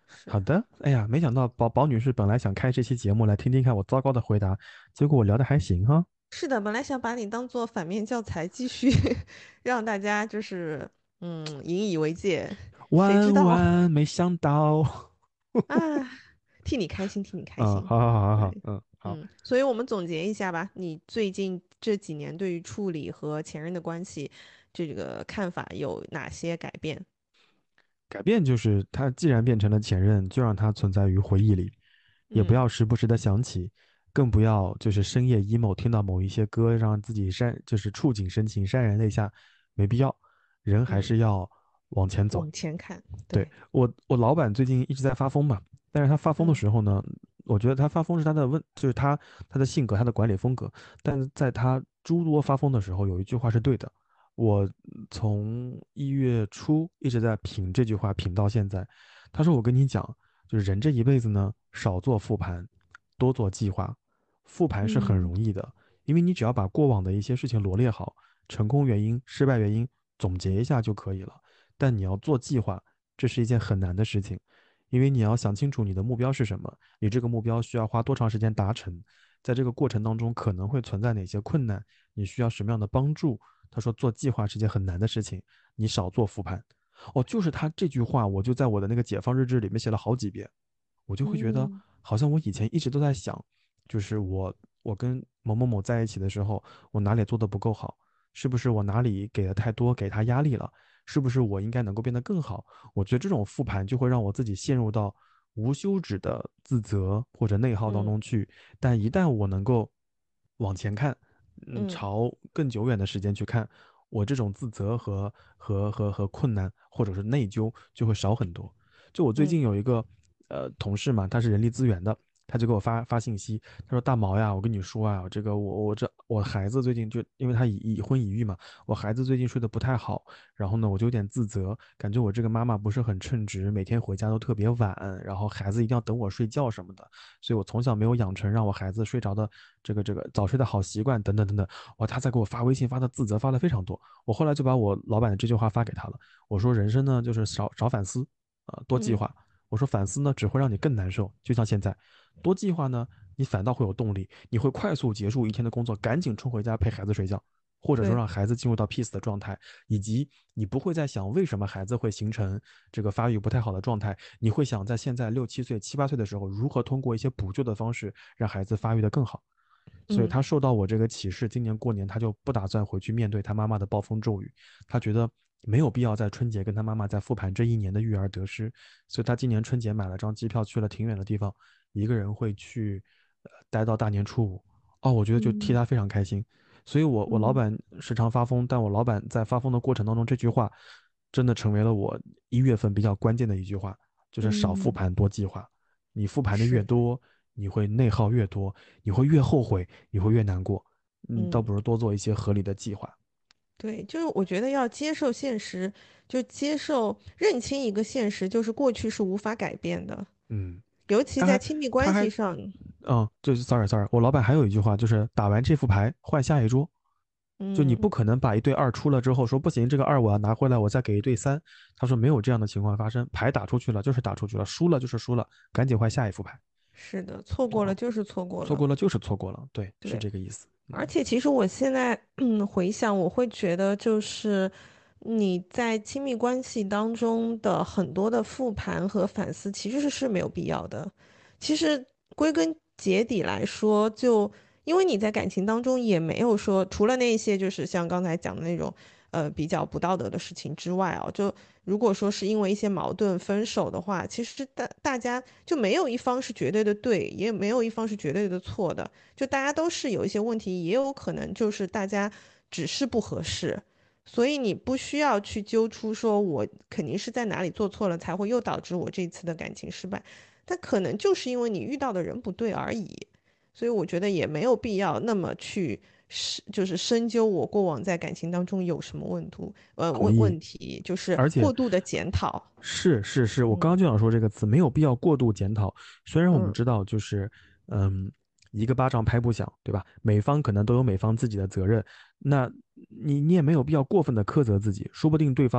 是好的，哎呀，没想到宝女士本来想开这期节目来听听看我糟糕的回答，结果我聊的还行哈。 是的，本来想把你当做反面教材，继续让大家引以为戒，谁知道万万没想到。 啊？替你开心，替你开嗯， 心。 好好好好好， 对， 嗯，好。 所以我们总结一下吧，你最近这几年对于处理和前任的关系，这个看法有哪些改变？ 改变就是他既然变成了前任，就让他存在于回忆里，也不嗯要时不时的想起，更不要就是深夜 emo 听到某一些歌让自己就是触景生情、潸然泪下，没必要。人还嗯， 是要往前走。 往前看， 对， 对， 我老板最近一直在发疯嘛，但是他发疯的嗯时候呢，我觉得他发疯是他的就是他的性格，他的管理风格。但是在他诸多发疯的时候，有一句话是对的，我从1月初一直在品这句话，品到现在。他说我跟你讲，就是人这一辈子呢，少做复盘，多做计划。复盘是很嗯容易的，因为你只要把过往的一些事情罗列好，成功原因、失败原因总结一下就可以了。但你要做计划，这是一件很难的事情，因为你要想清楚你的目标是什么，你这个目标需要花多长时间达成，在这个过程当中可能会存在哪些困难，你需要什么样的帮助。他说做计划是件很难的事情，你少做复盘。哦，就是他这句话，我就在我的那个解放日志里面写了好几遍，我就会觉得嗯好像我以前一直都在想，就是我跟某某某在一起的时候，我哪里做的不够好，是不是我哪里给的太多，给他压力了，是不是我应该能够变得更好？我觉得这种复盘就会让我自己陷入到无休止的自责或者内耗当嗯中去。但一旦我能够往前看， 嗯朝更久远的时间去看，我这种自责和困难或者是内疚就会少很多。就我最嗯近有一个同事嘛，他是人力资源的，他就给我发信息，他说大毛呀，我跟你说啊，这个我孩子最近就因为他已婚已育嘛，我孩子最近睡得不太好，然后呢我就有点自责，感觉我这个妈妈不是很称职，每天回家都特别晚，然后孩子一定要等我睡觉什么的，所以我从小没有养成让我孩子睡着的这个早睡的好习惯等等等等。哇，他在给我发微信发的自责发了非常多，我后来就把我老板的这句话发给他了，我说人生呢就是少反思多计嗯划。我说反思呢只会让你更难受，就像现在，多计划呢，你反倒会有动力，你会快速结束一天的工作，赶紧冲回家陪孩子睡觉，或者说对， 让孩子进入到 peace 的状态，以及你不会再想为什么孩子会形成这个发育不太好的状态，你会想在现在6、7岁、7、8岁的时候，如何通过一些补救的方式让孩子发育的更好。所以嗯他受到我这个启示，今年过年他就不打算回去面对他妈妈的暴风骤雨，他觉得没有必要在春节跟他妈妈再复盘这一年的育儿得失，所以他今年春节买了张机票去了挺远的地方，一个人会去待到大年初五。哦，我觉得就替嗯他非常开心。所以我老嗯板时常发疯，但我老板在发疯的过程当中，这句话真的成为了我1月份比较关键的一句话，就是少复嗯， 盘多计划。你复盘的越是， 多，你会内耗越多，你会越后悔，你会越难过。倒嗯。 不如多做一些合理的计划。 对，就是我觉得要接受现实，就接受认清一个现实，就是过去是无法改变的， 嗯， 尤其他还在亲密他还关系上， 就是 sorry，我老板还有一句话，就是打完这副牌换下一桌。就你不嗯， 可能把一对二出了之后说不行，这个二我要拿回来，我再给一对三。他说没有这样的情况发生，牌打出去了就是打出去了，输了就是输了，赶紧换下一副牌。 是的，错过了哦， 就是错过了， 错过了就是错过了，对，是对。 这个意思。 而且其实我现在回想，我会觉得就是你在亲密关系当中的很多的复盘和反思，其实是没有必要的。其实归根结底来说，就因为你在感情当中也没有说，除了那些就是像刚才讲的那种比较不道德的事情之外啊，就如果说是因为一些矛盾分手的话，其实大家就没有一方是绝对的对，也没有一方是绝对的错的。就大家都是有一些问题，也有可能就是大家只是不合适，所以你不需要去揪出说我肯定是在哪里做错了，才会又导致我这次的感情失败。但可能就是因为你遇到的人不对而已，所以我觉得也没有必要那么去就是深究我过往在感情当中有什么问同意。 问题，就是而且过度的检讨。 是，我刚刚嗯就想说这个词，没有必要过度检讨。虽然我们嗯， 知道，就是嗯，一个巴掌拍不响，对吧？每方可能都有每方自己的责任，那你也没有必要过分的苛责自己，说不定对方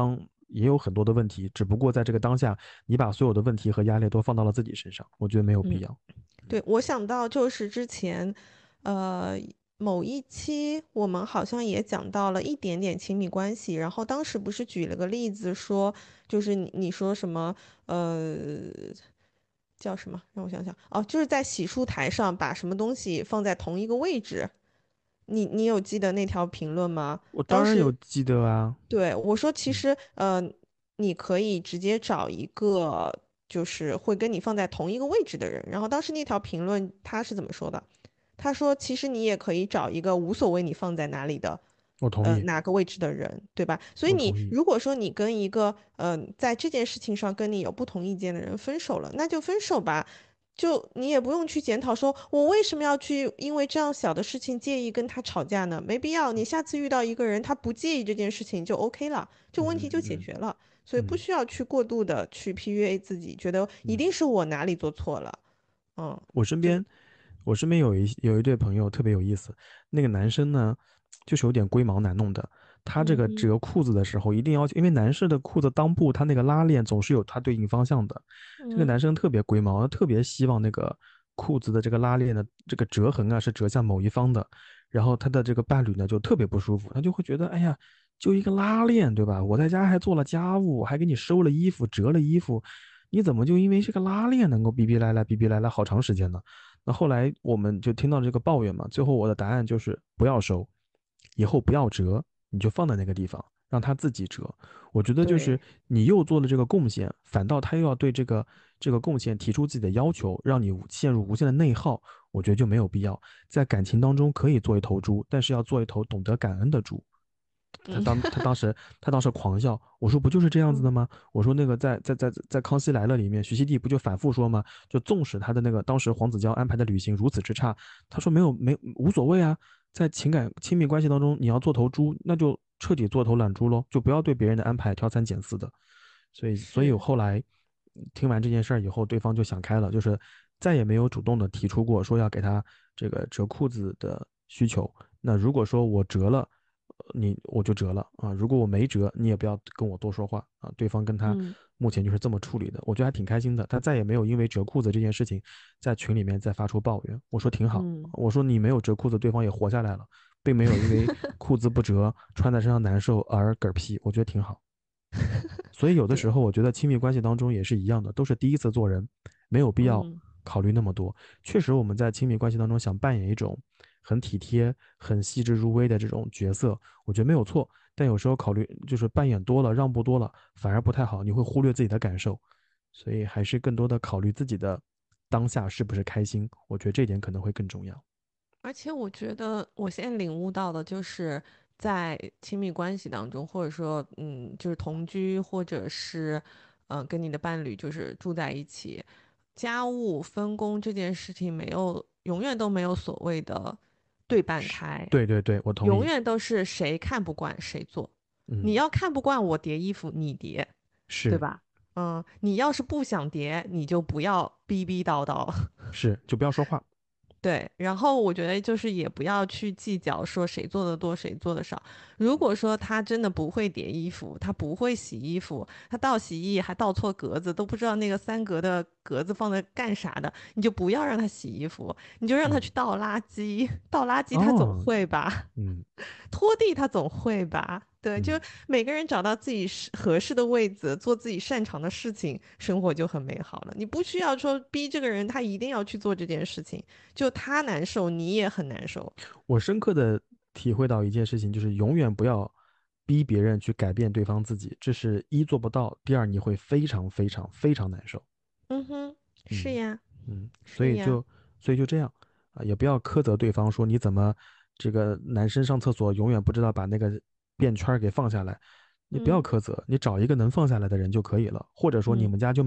也有很多的问题，只不过在这个当下，你把所有的问题和压力都放到了自己身上，我觉得没有必嗯， 要。 对，我想到就是之前，呃，某一期我们好像也讲到了一点点亲密关系，然后当时不是举了个例子说，就是你说什么，呃，叫什么？让我想想，哦，就是在洗漱台上把什么东西放在同一个位置，你有记得那条评论吗？ 我当然有当时记得啊。 对，我说，其嗯实，你可以直接找一个，就是会跟你放在同一个位置的人。然后当时那条评论他是怎么说的？他说，其实你也可以找一个无所谓你放在哪里的， 我同意， 哪个位置的人，对吧？所以我同意。 你如果说你跟一个，在这件事情上跟你有不同意见的人分手了，那就分手吧。就你也不用去检讨，说我为什么要去因为这样小的事情介意跟他吵架呢？没必要。你下次遇到一个人，他不介意这件事情就 OK 了，就问题就解嗯决了。所以不嗯需要去过度的去 PUA 自己，觉得一嗯。 定是我哪里做错了。嗯，这个， 我身边，我身边有一对朋友特别有意思。那个男生呢，就是有点龟毛难弄的。他这个嗯哼， 折裤子的时候，一定要求，因为男士的裤子裆部，他那个拉链总是有它对应方向的。这个嗯男生特别龟毛，他特别希望那个裤子的这个拉链的这个折痕啊是折向某一方的。然后他的这个伴侣呢就特别不舒服，他就会觉得，哎呀，就一个拉链，对吧？我在家还做了家务，还给你收了衣服，折了衣服，你怎么就因为这个拉链能够逼逼赖赖逼逼赖赖好长时间呢？那后来我们就听到这个抱怨嘛，最后我的答案就是不要收，以后不要折，你就放在那个地方，让他自己折。我觉得就是对， 你又做了这个贡献，反倒他又要对这个贡献提出自己的要求，让你陷入无限的内耗，我觉得就没有必要。在感情当中可以做一头猪，但是要做一头懂得感恩的猪。他嗯当他当时他当时狂笑，我说不就是这样子的嗯吗？我说那个在《康熙来了》里面，徐熙娣不就反复说吗？就纵使他的那个当时黄子佼安排的旅行如此之差，他说没无所谓啊，在情感亲密关系当中，你要做头猪，那就彻底做头懒猪喽，就不要对别人的安排挑三拣四的。所以我是， 后来听完这件事儿以后，对方就想开了，就是再也没有主动的提出过说要给他这个折裤子的需求。那如果说我折了，我就折了啊。如果我没折，你也不要跟我多说话啊。对方跟他嗯目前就是这么处理的，我觉得还挺开心的。他再也没有因为折裤子这件事情在群里面再发出抱怨。我说挺好， 嗯， 我说你没有折裤子，对方也活下来了，并没有因为裤子不折穿在身上难受而嗝屁，我觉得挺好。所以有的时对， 候，我觉得亲密关系当中也是一样的，都是第一次做人，没有必要嗯考虑那么多。确实，我们在亲密关系当中想扮演一种很体贴、很细致入微的这种角色，我觉得没有错。但有时候考虑就是扮演多了、让步多了，反而不太好，你会忽略自己的感受。所以还是更多的考虑自己的当下是不是开心，我觉得这点可能会更重要。 而且我觉得我现在领悟到的就是在亲密关系当中，或者说，就是同居，或者是，跟你的伴侣就是住在一起，家务分工这件事情永远都没有所谓的对半是， 开， 对对对，我同意。 永远都是谁看不惯谁做。你嗯， 要看不惯我叠衣服，你叠，对是吧？你要是不想叠，你就不要逼逼叨叨。 是，就不要说话。 对，然后我觉得就是也不要去计较说谁做的多谁做的少。如果说他真的不会叠衣服，他不会洗衣服，他倒洗衣液还倒错格子，都不知道那个3格的格子放在干啥的，你就不要让他洗衣服，你就让他嗯， 去倒垃圾。倒垃圾他总哦， 会吧？ 嗯拖地他总会吧？对，就嗯。 每个人找到自己合适的位子，做自己擅长的事情，生活就很美好了。你不需要说逼这个人他一定要去做这件事情，就他难受，你也很难受。 我深刻的体会到一件事情，就是永远不要逼别人去改变对方自己，这是一做不到，第二你会非常非常非常难受。 嗯哼，是嗯呀， 所是呀， 以就这样啊，也不要苛责对方说你怎么这个男生上厕所永远不知道把那个便圈给放下来，你不要嗯苛责，你找一个能放下来的人就可以了，或者说你嗯们家就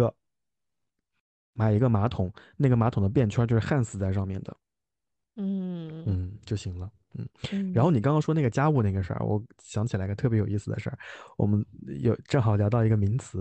买一个马桶，那个马桶的便圈就是焊死在上面的。 嗯就行了。然后嗯你刚刚说那个家务那个事儿，我想起来个特别有意思的事儿。我们正好聊到一个名词，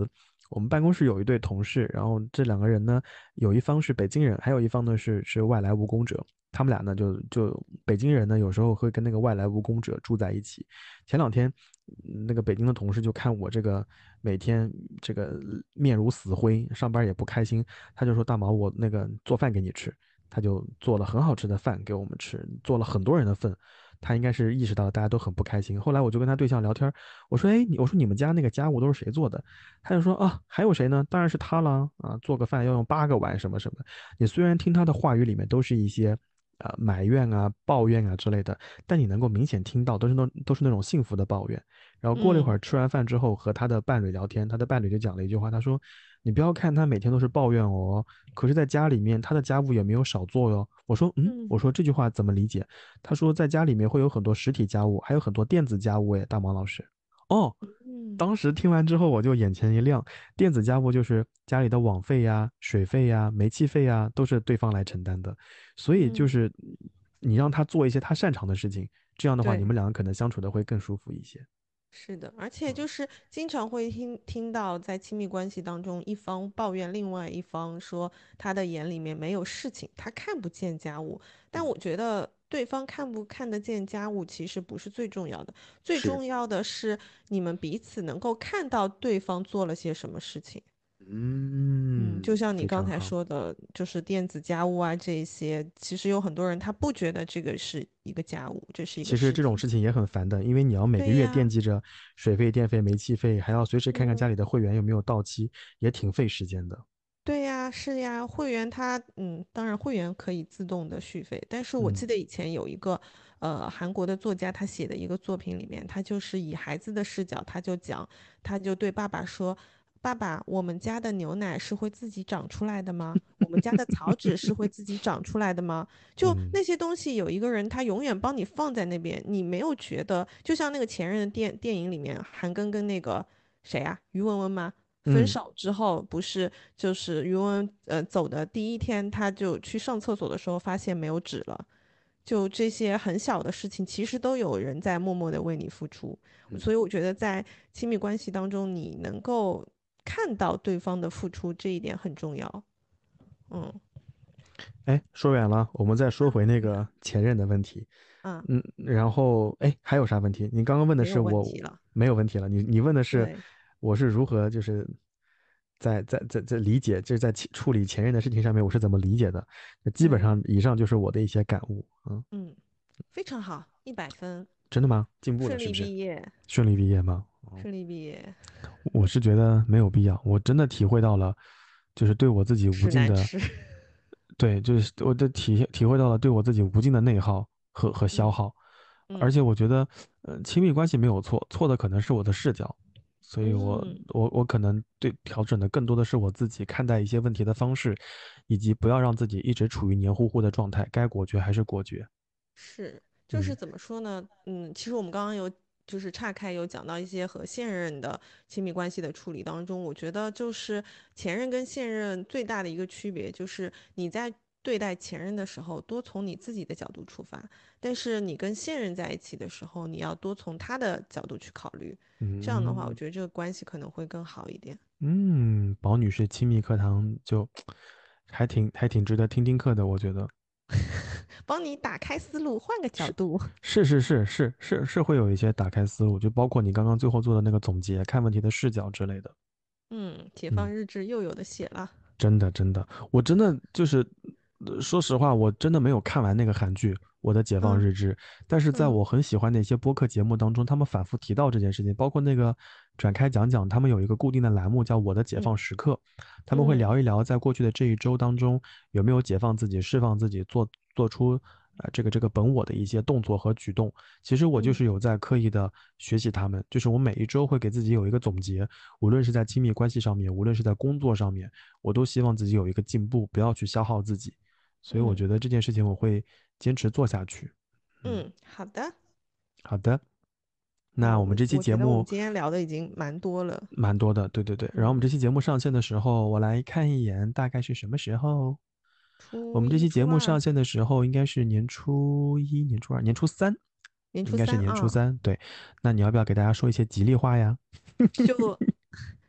我们办公室有一对同事，然后这两个人呢，有一方是北京人，还有一方呢是外来务工者。他们俩呢，就北京人呢，有时候会跟那个外来务工者住在一起。前两天，那个北京的同事就看我这个每天这个面如死灰，上班也不开心，他就说大毛，我那个做饭给你吃。他就做了很好吃的饭给我们吃，做了很多人的份。他应该是意识到大家都很不开心。后来我就跟他对象聊天，我说，哎，我说你们家那个家务都是谁做的？他就说啊，还有谁呢？当然是他了啊，做个饭要用8个碗什么什么。你虽然听他的话语里面都是一些埋怨啊、抱怨啊之类的，但你能够明显听到都是那种幸福的抱怨。然后过了一会儿吃完饭之后和他的伴侣聊天，他的伴侣就讲了一句话，他说：“你不要看他每天都是抱怨哦，可是在家里面他的家务也没有少做哟。”我说：我说这句话怎么理解？他说在家里面会有很多实体家务，还有很多电子家务。诶，大毛老师。哦， 嗯当时听完之后我就眼前一亮，电子家务就是家里的网费呀、水费呀、煤气费呀，都是对方来承担的。所以就嗯， 是你让他做一些他擅长的事情，这样的话你对。 们两个可能相处的会更舒服一些。 是的，而且就是经常会听到在亲密关系当中，一方抱怨另外一方说他的眼里面没有事情，他看不见家务。但我觉得对方看不看得见家务其实不是最重要的，最是， 重要的是你们彼此能够看到对方做了些什么事情。嗯，就像你刚才非常好。 说的，就是电子家务啊这一些，其实有很多人他不觉得这个是一个家务，这是一个其实事情。 这种事情也很烦的，因为你要每个月惦对呀， 记着水费、电费、煤气费，还要随时看看家嗯。 里的会员有没有到期，也挺费时间的。 对呀，是呀，会员它，当然会员可以自动的续费，但是我嗯记得以前有一个，韩国的作家，他写的一个作品里面，他就是以孩子的视角，他就对爸爸说，爸爸，我们家的牛奶是会自己长出来的吗？我们家的草纸是会自己长出来的吗？就嗯那些东西，有一个人他永远帮你放在那边，你没有觉得，就像那个前任的电影里面，韩庚跟那个谁啊，于文文吗？分嗯手之后，不是就是余文走的第一天，他就去上厕所的时候发现没有纸了。就这些很小的事情，其实都有人在默默的为你付出。 嗯。 所以我觉得在亲密关系当中，你能够看到对方的付出，这一点很重要。嗯哎，说远了，我们再说回那个前任的问题。 啊， 然后哎，还有啥问题？你刚刚问的没有问是我题了。 没有问题了，你问的是对， 我是如何就是在理解，就是在处理前任的事情上面我是怎么理解的。那基本对， 上以上就是我的一些感悟。 嗯，非常好，100分， 真的吗？进步了顺利是不是？ 毕业， 顺利毕业吗？ 顺利毕业， 我是觉得没有必要，我真的体会到了，就是对我自己无尽的， 是难吃。 对，就是我的体会到了对我自己无尽的内耗和消嗯耗。而嗯且我觉得，亲密关系没有错，错的可能是我的视角，所以我嗯。 我我可能对调整的更多的是我自己看待一些问题的方式，以及不要让自己一直处于黏糊糊的状态，该果决还是果决。 是，就是嗯怎么说呢？其实我们刚刚有就是岔开有讲到一些和现任的亲密关系的处理当中，我觉得就是前任跟现任最大的一个区别就是你在对待前任的时候，多从你自己的角度出发，但是你跟现任在一起的时候，你要多从他的角度去考虑。这样的话，我嗯觉得这个关系可能会更好一点， 宝女士亲密课堂就还挺值得听听课的，我觉得。 帮你打开思路，换个角是度。 是会有一些打开思路，就包括你刚刚最后做的那个总结，看问题的视角之类的。 解嗯。 放日志又有的写了。 真的真的，我真的就是，说实话，我真的没有看完那个韩剧《我的解放嗯日志》，但是在嗯我很喜欢的一些播客节目当中，他们反复提到这件事情，包括那个展开讲讲，他们有一个固定的栏目叫《我的解放嗯时刻》，他们会嗯聊一聊在过去的这一周当中有没有解放自己、释放自己，做出这个本我的一些动作和举动。其实我就嗯是有在刻意的学习他们，就是我每一周会给自己有一个总结，无论是在亲密关系上面，无论是在工作上面，我都希望自己有一个进步，不要去消耗自己。所以我嗯。 觉得这件事情我会坚持做下去。嗯， 好的， 好的， 那那我们这期我觉得我们节目今天聊的已经蛮多了。 蛮多的，对对对。然后我们这嗯， 期节目上线的时候，我来看一眼，大概是什么时候？我初一、 们这期节初二、 目上线的时候，应该是年初一、年初二、年初三， 年初应该是三啊， 年初三。对，那你要不要给大家说一些吉利话呀？ 就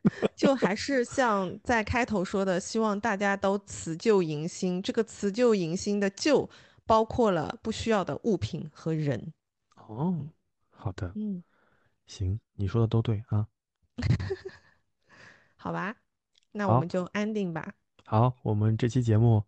就还是像在开头说的，希望大家都辞旧迎新。这个辞旧迎新的旧，包括了不需要的物品和人。 哦，好的， 嗯， 行，你说的都对啊。 好吧，那我好， 们就安定吧。 好，我们这期节目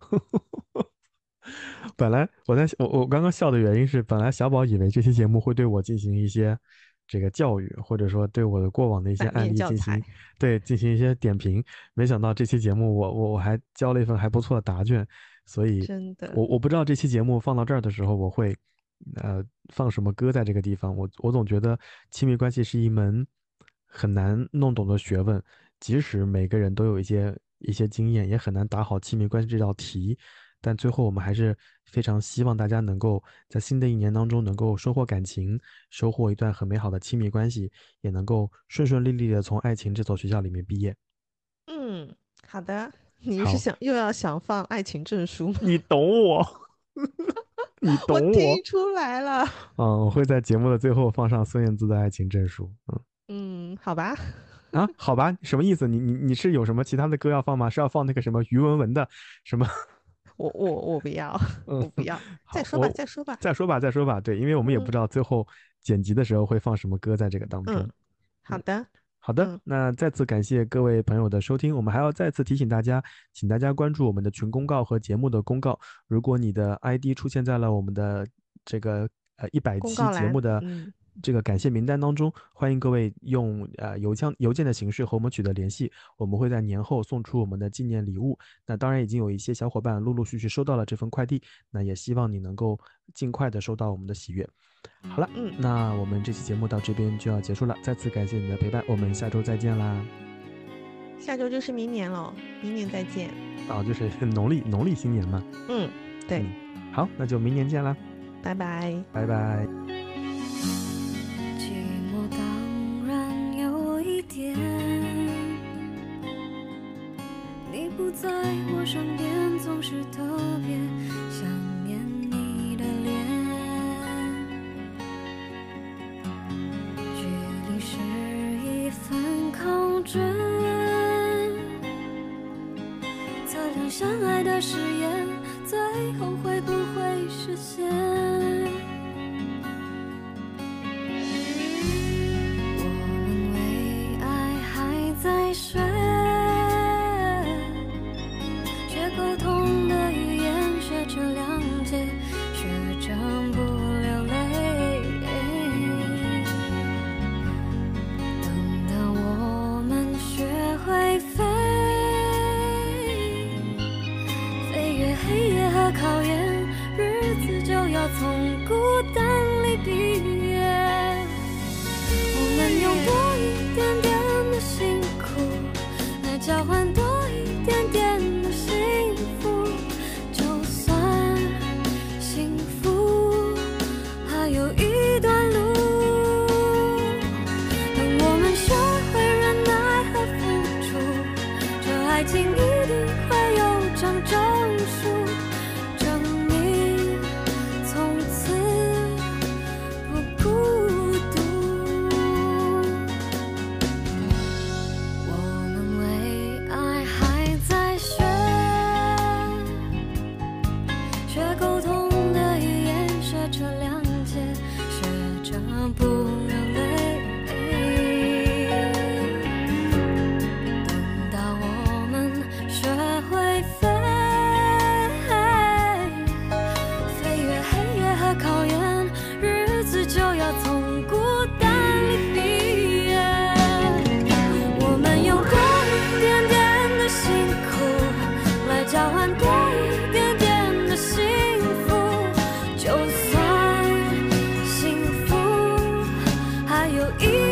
本来我刚刚笑的原因是，本来小宝以为这期节目会对我进行一些这个教育，或者说对我的过往的一些反面案例教材。 进行一些点评，没想到这期节目我还交了一份还不错的答卷，所以真的。 我不知道这期节目放到这儿的时候我会放什么歌在这个地方，我总觉得亲密关系是一门很难弄懂的学问，即使每个人都有一些经验，也很难打好亲密关系这道题。但最后我们还是非常希望大家能够在新的一年当中能够收获感情，收获一段很美好的亲密关系，也能够顺顺利利的从爱情这所学校里面毕业。 嗯，好的。你是好， 又要想放爱情证书吗？ 你懂我，你我懂我。 听出来了。 我会在节目的最后放上孙燕姿的爱情证书。 嗯，好吧。 好吧，什么意思？你是有什么其他的歌要放吗？是要放那个什么于文文的什么？ 我不要， 嗯， 我不要。再好， 说吧，再说吧。 再说吧。对，因为我们也不嗯知道最后剪辑的时候会放什么歌在这个当中。 嗯，好的。 好的， 嗯， 那再次感谢各位朋友的收听，我们还要再次提醒大家，请大家关注我们的群公告和节目的公告。如果你的 ID 出现在了我们的这个100期公告栏。 节目的嗯这个感谢名单当中，欢迎各位用邮件的形式和我们取得联系，我们会在年后送出我们的纪念礼物。那当然已经有一些小伙伴陆陆续续收到了这份快递，那也希望你能够尽快的收到我们的喜悦。好了， 嗯， 那我们这期节目到这边就要结束了，再次感谢你的陪伴，我们下周再见啦！ 下周就是明年了，明年再见。 就是农历新年嘛。 嗯，对。 好，那就明年见啦， 拜拜。 拜拜。 寂寞当然有一点，你不在我身边，总是特别想念你的脸。距离是一份考卷，测量相爱的誓言，最后会不会实现？从孤单里毕业，我们用多一点点的辛苦来交换多一点点的幸福，就算幸福还有一段路。等我们学会忍耐和付出，这爱情一定会有张证书。有一